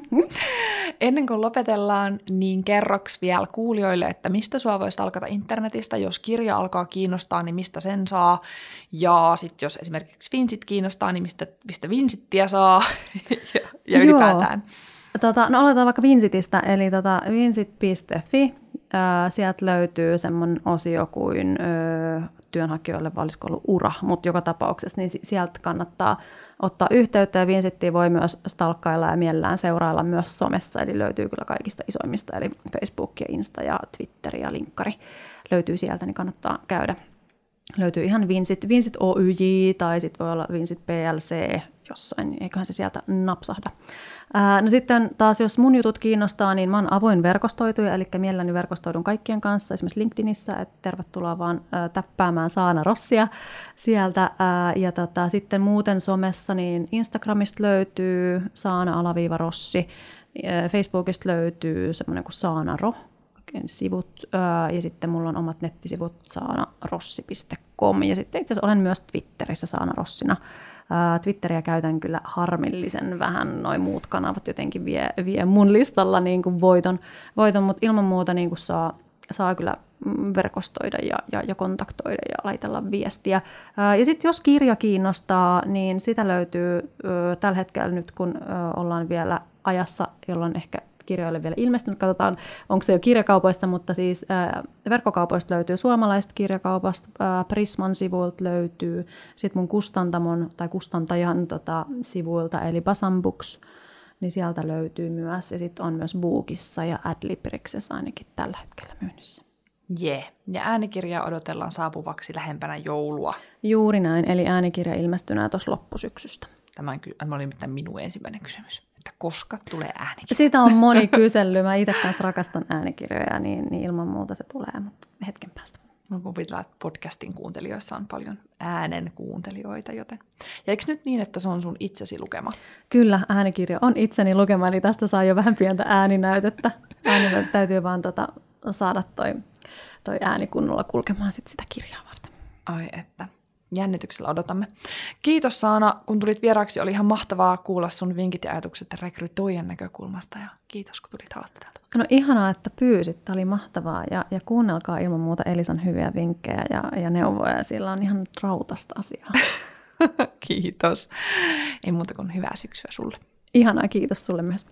Ennen kuin lopetellaan, niin kerroks vielä kuulijoille, että mistä sua voisi alkata internetistä. Jos kirja alkaa kiinnostaa, niin mistä sen saa. Ja sitten jos esimerkiksi Vincit kiinnostaa, niin mistä, mistä Vincittiä saa. ja, ja ylipäätään. Tota, no aloitetaan vaikka Vincitistä, eli tota, vincit piste fi. Äh, sieltä löytyy semmoinen osio kuin äh, työnhakijoille olisiko ollut ura, mutta joka tapauksessa niin sieltä kannattaa ottaa yhteyttä, ja Vincittiä voi myös stalkkailla ja mielellään seurailla myös somessa, eli löytyy kyllä kaikista isoimmista, eli Facebook ja Insta ja Twitter ja linkkari löytyy sieltä, niin kannattaa käydä. Löytyy ihan Vincit, Vincit O Y J tai sitten voi olla Vincit P L C jossain, niin eiköhän se sieltä napsahda. Ää, no sitten taas, jos mun jutut kiinnostaa, niin mä oon avoin verkostoituja, eli mielelläni verkostoidun kaikkien kanssa, esimerkiksi LinkedInissä, että tervetuloa vaan ää, täppäämään Saana Rossia sieltä. Ää, ja tota, sitten muuten somessa, niin Instagramista löytyy Saana-Rossi, ää, Facebookista löytyy semmoinen kuin Saana Ro, sivut, ää, ja sitten mulla on omat nettisivut saanarossi piste com, ja sitten itse asiassa olen myös Twitterissä Saana Rossina. Twitteriä käytän kyllä harmillisen vähän, noin muut kanavat jotenkin vie, vie mun listalla niin kuin voiton, voiton, mutta ilman muuta niin kuin saa, saa kyllä verkostoida ja, ja, ja kontaktoida ja laitella viestiä. Ja sitten jos kirja kiinnostaa, niin sitä löytyy tällä hetkellä nyt, kun ollaan vielä ajassa, jolloin ehkä kirjoille vielä ilmestynyt. Katsotaan, onko se jo kirjakaupoista, mutta siis ää, verkkokaupoista löytyy suomalaisesta kirjakaupasta, ää, Prisman sivuilta löytyy, sitten mun kustantamon tai kustantajan tota, sivuilta, eli Basan Books, niin sieltä löytyy myös, ja sitten on myös Bookissa ja Adlibriksessä ainakin tällä hetkellä myynnissä. Jee, yeah. Ja äänikirjaa odotellaan saapuvaksi lähempänä joulua. Juuri näin, eli äänikirja ilmestynee tuossa loppusyksystä. Tämä oli nimittäin minun ensimmäinen kysymys. Että koska tulee äänikirja? Sitä on moni kysellyt. Mä itse kanssa rakastan äänikirjoja, niin, niin ilman muuta se tulee, mutta hetken päästä. Mä kuvitellaan, että podcastin kuuntelijoissa on paljon äänen kuuntelijoita, joten... Ja eikö nyt niin, että se on sun itsesi lukema? Kyllä, äänikirja on itseni lukema, eli tästä saa jo vähän pientä ääninäytettä. Ääninäytettä täytyy vaan tota, saada toi, toi ääni kunnolla kulkemaan sit sitä kirjaa varten. Ai että... Jännityksellä odotamme. Kiitos Saana, kun tulit vieraaksi. Oli ihan mahtavaa kuulla sun vinkit ja ajatukset rekrytoijan näkökulmasta. Ja kiitos, kun tulit haastatelta. No ihanaa, että pyysit. Tämä oli mahtavaa. Ja, ja kuunnelkaa ilman muuta Elisan hyviä vinkkejä ja, ja neuvoja. Sillä on ihan rautasta asiaa. Kiitos. Ei muuta kuin hyvää syksyä sulle. Ihanaa, kiitos sulle myös.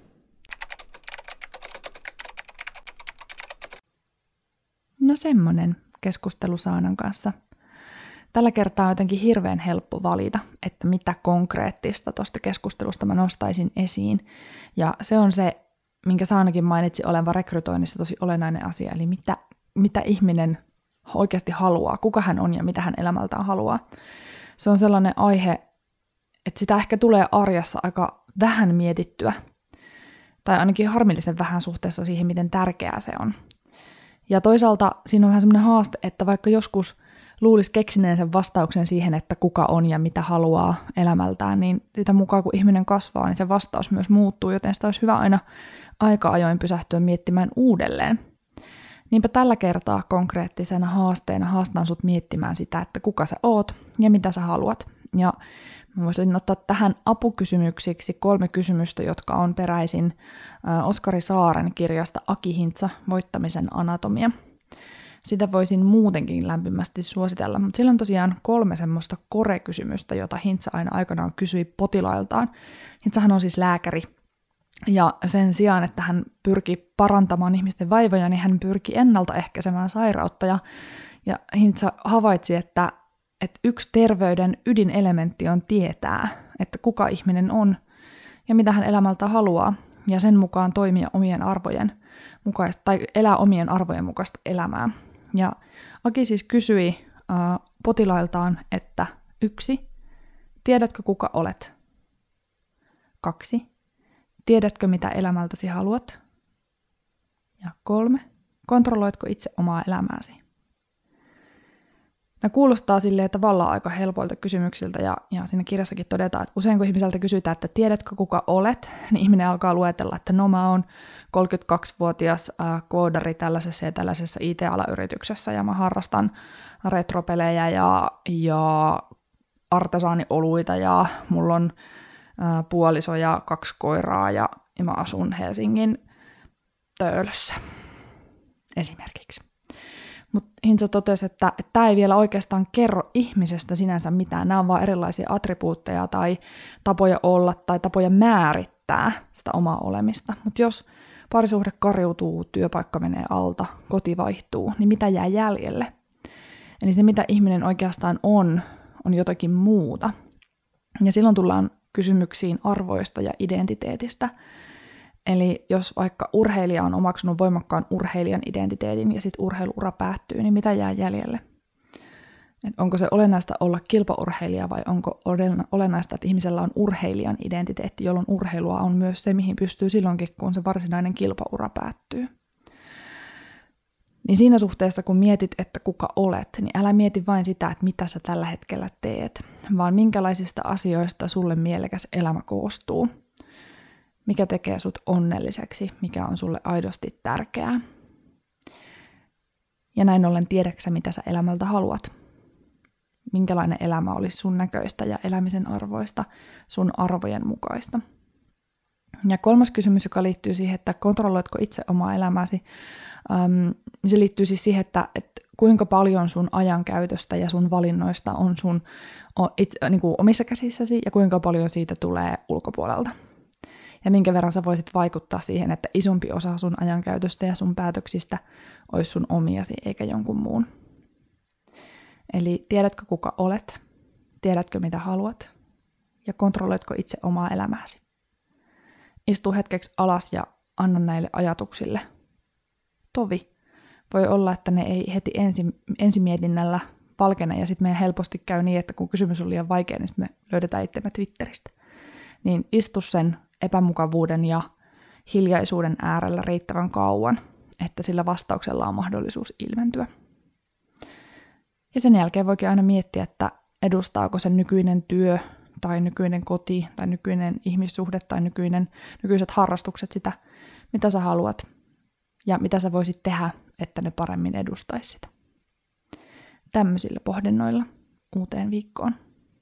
No semmonen keskustelu Saanan kanssa. Tällä kertaa on jotenkin hirveän helppo valita, että mitä konkreettista tuosta keskustelusta mä nostaisin esiin. Ja se on se, minkä Saanakin mainitsi olevan rekrytoinnissa tosi olennainen asia, eli mitä, mitä ihminen oikeasti haluaa, kuka hän on ja mitä hän elämältään haluaa. Se on sellainen aihe, että sitä ehkä tulee arjessa aika vähän mietittyä, tai ainakin harmillisen vähän suhteessa siihen, miten tärkeää se on. Ja toisaalta siinä on vähän sellainen haaste, että vaikka joskus luulisi keksineen sen vastauksen siihen, että kuka on ja mitä haluaa elämältään, niin sitä mukaan kun ihminen kasvaa, niin se vastaus myös muuttuu, joten sitä olisi hyvä aina aika ajoin pysähtyä miettimään uudelleen. Niinpä tällä kertaa konkreettisena haasteena haastan sut miettimään sitä, että kuka sä oot ja mitä sä haluat. Ja mä voisin ottaa tähän apukysymyksiksi kolme kysymystä, jotka on peräisin Oskari Saaren kirjasta Aki Hintsa, Voittamisen anatomia. Sitä voisin muutenkin lämpimästi suositella, mutta sillä on tosiaan kolme semmoista kore-kysymystä, jota Hintsa aina aikanaan kysyi potilailtaan. Hintsahan on siis lääkäri, ja sen sijaan, että hän pyrki parantamaan ihmisten vaivoja, niin hän pyrki ennaltaehkäisemään sairautta. Ja, ja Hintsa havaitsi, että, että yksi terveyden ydinelementti on tietää, että kuka ihminen on ja mitä hän elämältä haluaa, ja sen mukaan toimia omien arvojen mukaista, tai elää omien arvojen mukaista elämää. Ja Aki siis kysyi äh, potilailtaan, että yksi, tiedätkö kuka olet? Kaksi, tiedätkö mitä elämältäsi haluat? Ja kolme, kontrolloitko itse omaa elämääsi? Ne kuulostaa silleen tavallaan aika helpoilta kysymyksiltä, ja, ja siinä kirjassakin todetaan, että usein kun ihmiseltä kysytään, että tiedätkö kuka olet, niin ihminen alkaa luetella, että no mä oon kolmekymmentäkaksivuotias äh, koodari tällaisessa ja tällaisessa I T-alayrityksessä, ja mä harrastan retropelejä ja, ja artesaanioluita ja mulla on ää, puoliso ja kaksi koiraa ja, ja mä asun Helsingin Töölössä esimerkiksi. Mutta Hintsa totesi, että tämä ei vielä oikeastaan kerro ihmisestä sinänsä mitään. Nämä on vaan erilaisia attribuutteja tai tapoja olla tai tapoja määrittää sitä omaa olemista. Mutta jos parisuhde kariutuu, työpaikka menee alta, koti vaihtuu, niin mitä jää jäljelle? Eli se, mitä ihminen oikeastaan on, on jotakin muuta. Ja silloin tullaan kysymyksiin arvoista ja identiteetistä. Eli jos vaikka urheilija on omaksunut voimakkaan urheilijan identiteetin ja sitten urheiluura päättyy, niin mitä jää jäljelle? Et onko se olennaista olla kilpaurheilija vai onko olennaista, että ihmisellä on urheilijan identiteetti, jolloin urheilua on myös se, mihin pystyy silloinkin, kun se varsinainen kilpaura päättyy? Niin siinä suhteessa, kun mietit, että kuka olet, niin älä mieti vain sitä, että mitä sä tällä hetkellä teet, vaan minkälaisista asioista sulle mielekäs elämä koostuu. Mikä tekee sut onnelliseksi, mikä on sulle aidosti tärkeää. Ja näin ollen tiedäksä, mitä sä elämältä haluat. Minkälainen elämä olisi sun näköistä ja elämisen arvoista, sun arvojen mukaista. Ja kolmas kysymys, joka liittyy siihen, että kontrolloitko itse omaa elämääsi, ähm, se liittyy siis siihen, että, että kuinka paljon sun ajankäytöstä ja sun valinnoista on sun itse, niin kuin omissa käsissäsi ja kuinka paljon siitä tulee ulkopuolelta. Ja minkä verran sä voisit vaikuttaa siihen, että isompi osa sun ajankäytöstä ja sun päätöksistä olisi sun omiasi eikä jonkun muun. Eli tiedätkö kuka olet, tiedätkö mitä haluat ja kontrolloitko itse omaa elämääsi. Istu hetkeksi alas ja anna näille ajatuksille tovi. Voi olla, että ne ei heti ensi, ensimietinnällä valkene ja sitten meidän helposti käy niin, että kun kysymys on liian vaikea, niin sitten me löydetään itsemme Twitteristä. Niin istu sen epämukavuuden ja hiljaisuuden äärellä riittävän kauan, että sillä vastauksella on mahdollisuus ilmentyä. Ja sen jälkeen voikin aina miettiä, että edustaako se nykyinen työ tai nykyinen koti tai nykyinen ihmissuhde tai nykyinen, nykyiset harrastukset sitä, mitä sä haluat ja mitä sä voisit tehdä, että ne paremmin edustaisi sitä. Tämmöisillä pohdinnoilla uuteen viikkoon.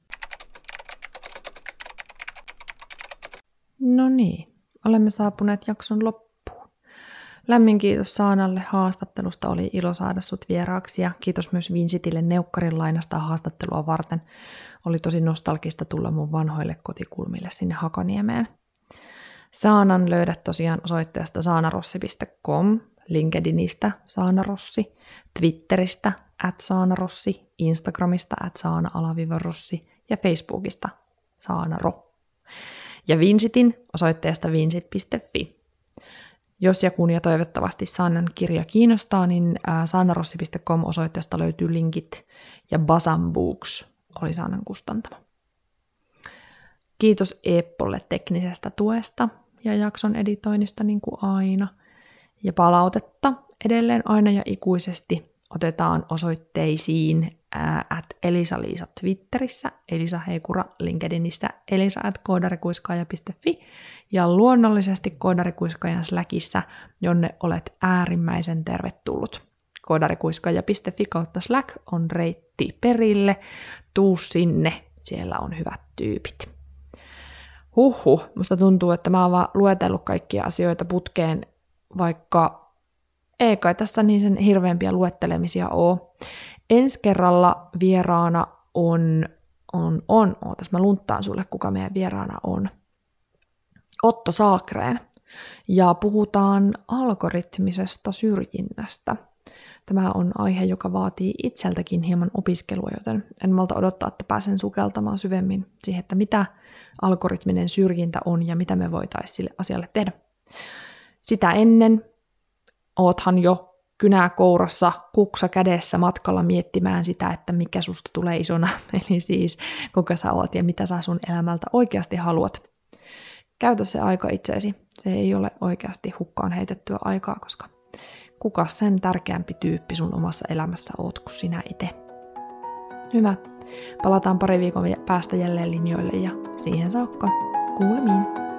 No niin, olemme saapuneet jakson loppuun. Lämmin kiitos Saanalle haastattelusta, oli ilo saada sut vieraaksi ja kiitos myös Vincitille neukkarin lainasta haastattelua varten. Oli tosi nostalgista tulla mun vanhoille kotikulmille sinne Hakaniemeen. Saanan löydät tosiaan osoitteesta saanarossi piste com, LinkedInistä saanarossi, Twitteristä at saanarossi, Instagramista at saana-rossi ja Facebookista saanaro. Ja Vincitin osoitteesta vincit piste fi. Jos ja kun ja toivottavasti Saanan kirja kiinnostaa, niin saanarossi piste com osoitteesta löytyy linkit ja Basam Books oli Saanan kustantama. Kiitos Eeppolle teknisestä tuesta ja jakson editoinnista niin kuin aina. Ja palautetta edelleen aina ja ikuisesti otetaan osoitteisiin at Elisa-Liisa Twitterissä, Elisa Heikura LinkedInissä, elisa at koodarikuiskaaja piste fi ja luonnollisesti Koodarikuiskaajan Slackissa, jonne olet äärimmäisen tervetullut. Koodarikuiskaaja piste fi kautta Slack on reitti perille, tuu sinne, siellä on hyvät tyypit. Huhhuh, musta tuntuu, että mä oon vaan luetellut kaikkia asioita putkeen, vaikka ei kai tässä niin sen hirveämpiä luettelemisia oo. Ensi kerralla vieraana on, on, on, ootas mä lunttaan sulle, kuka meidän vieraana on. Otto Saalgren. Ja puhutaan algoritmisesta syrjinnästä. Tämä on aihe, joka vaatii itseltäkin hieman opiskelua, joten en malta odottaa, että pääsen sukeltamaan syvemmin siihen, että mitä algoritminen syrjintä on ja mitä me voitaisiin sille asialle tehdä. Sitä ennen oothan jo kynää kourassa, kuksa kädessä matkalla miettimään sitä, että mikä susta tulee isona, eli siis kuka sä oot ja mitä sä sun elämältä oikeasti haluat. Käytä se aika itseesi. Se ei ole oikeasti hukkaan heitettyä aikaa, koska kuka sen tärkeämpi tyyppi sun omassa elämässä oot kuin sinä itse. Hyvä. Palataan pari viikon päästä jälleen linjoille ja siihen saakka kuulemiin.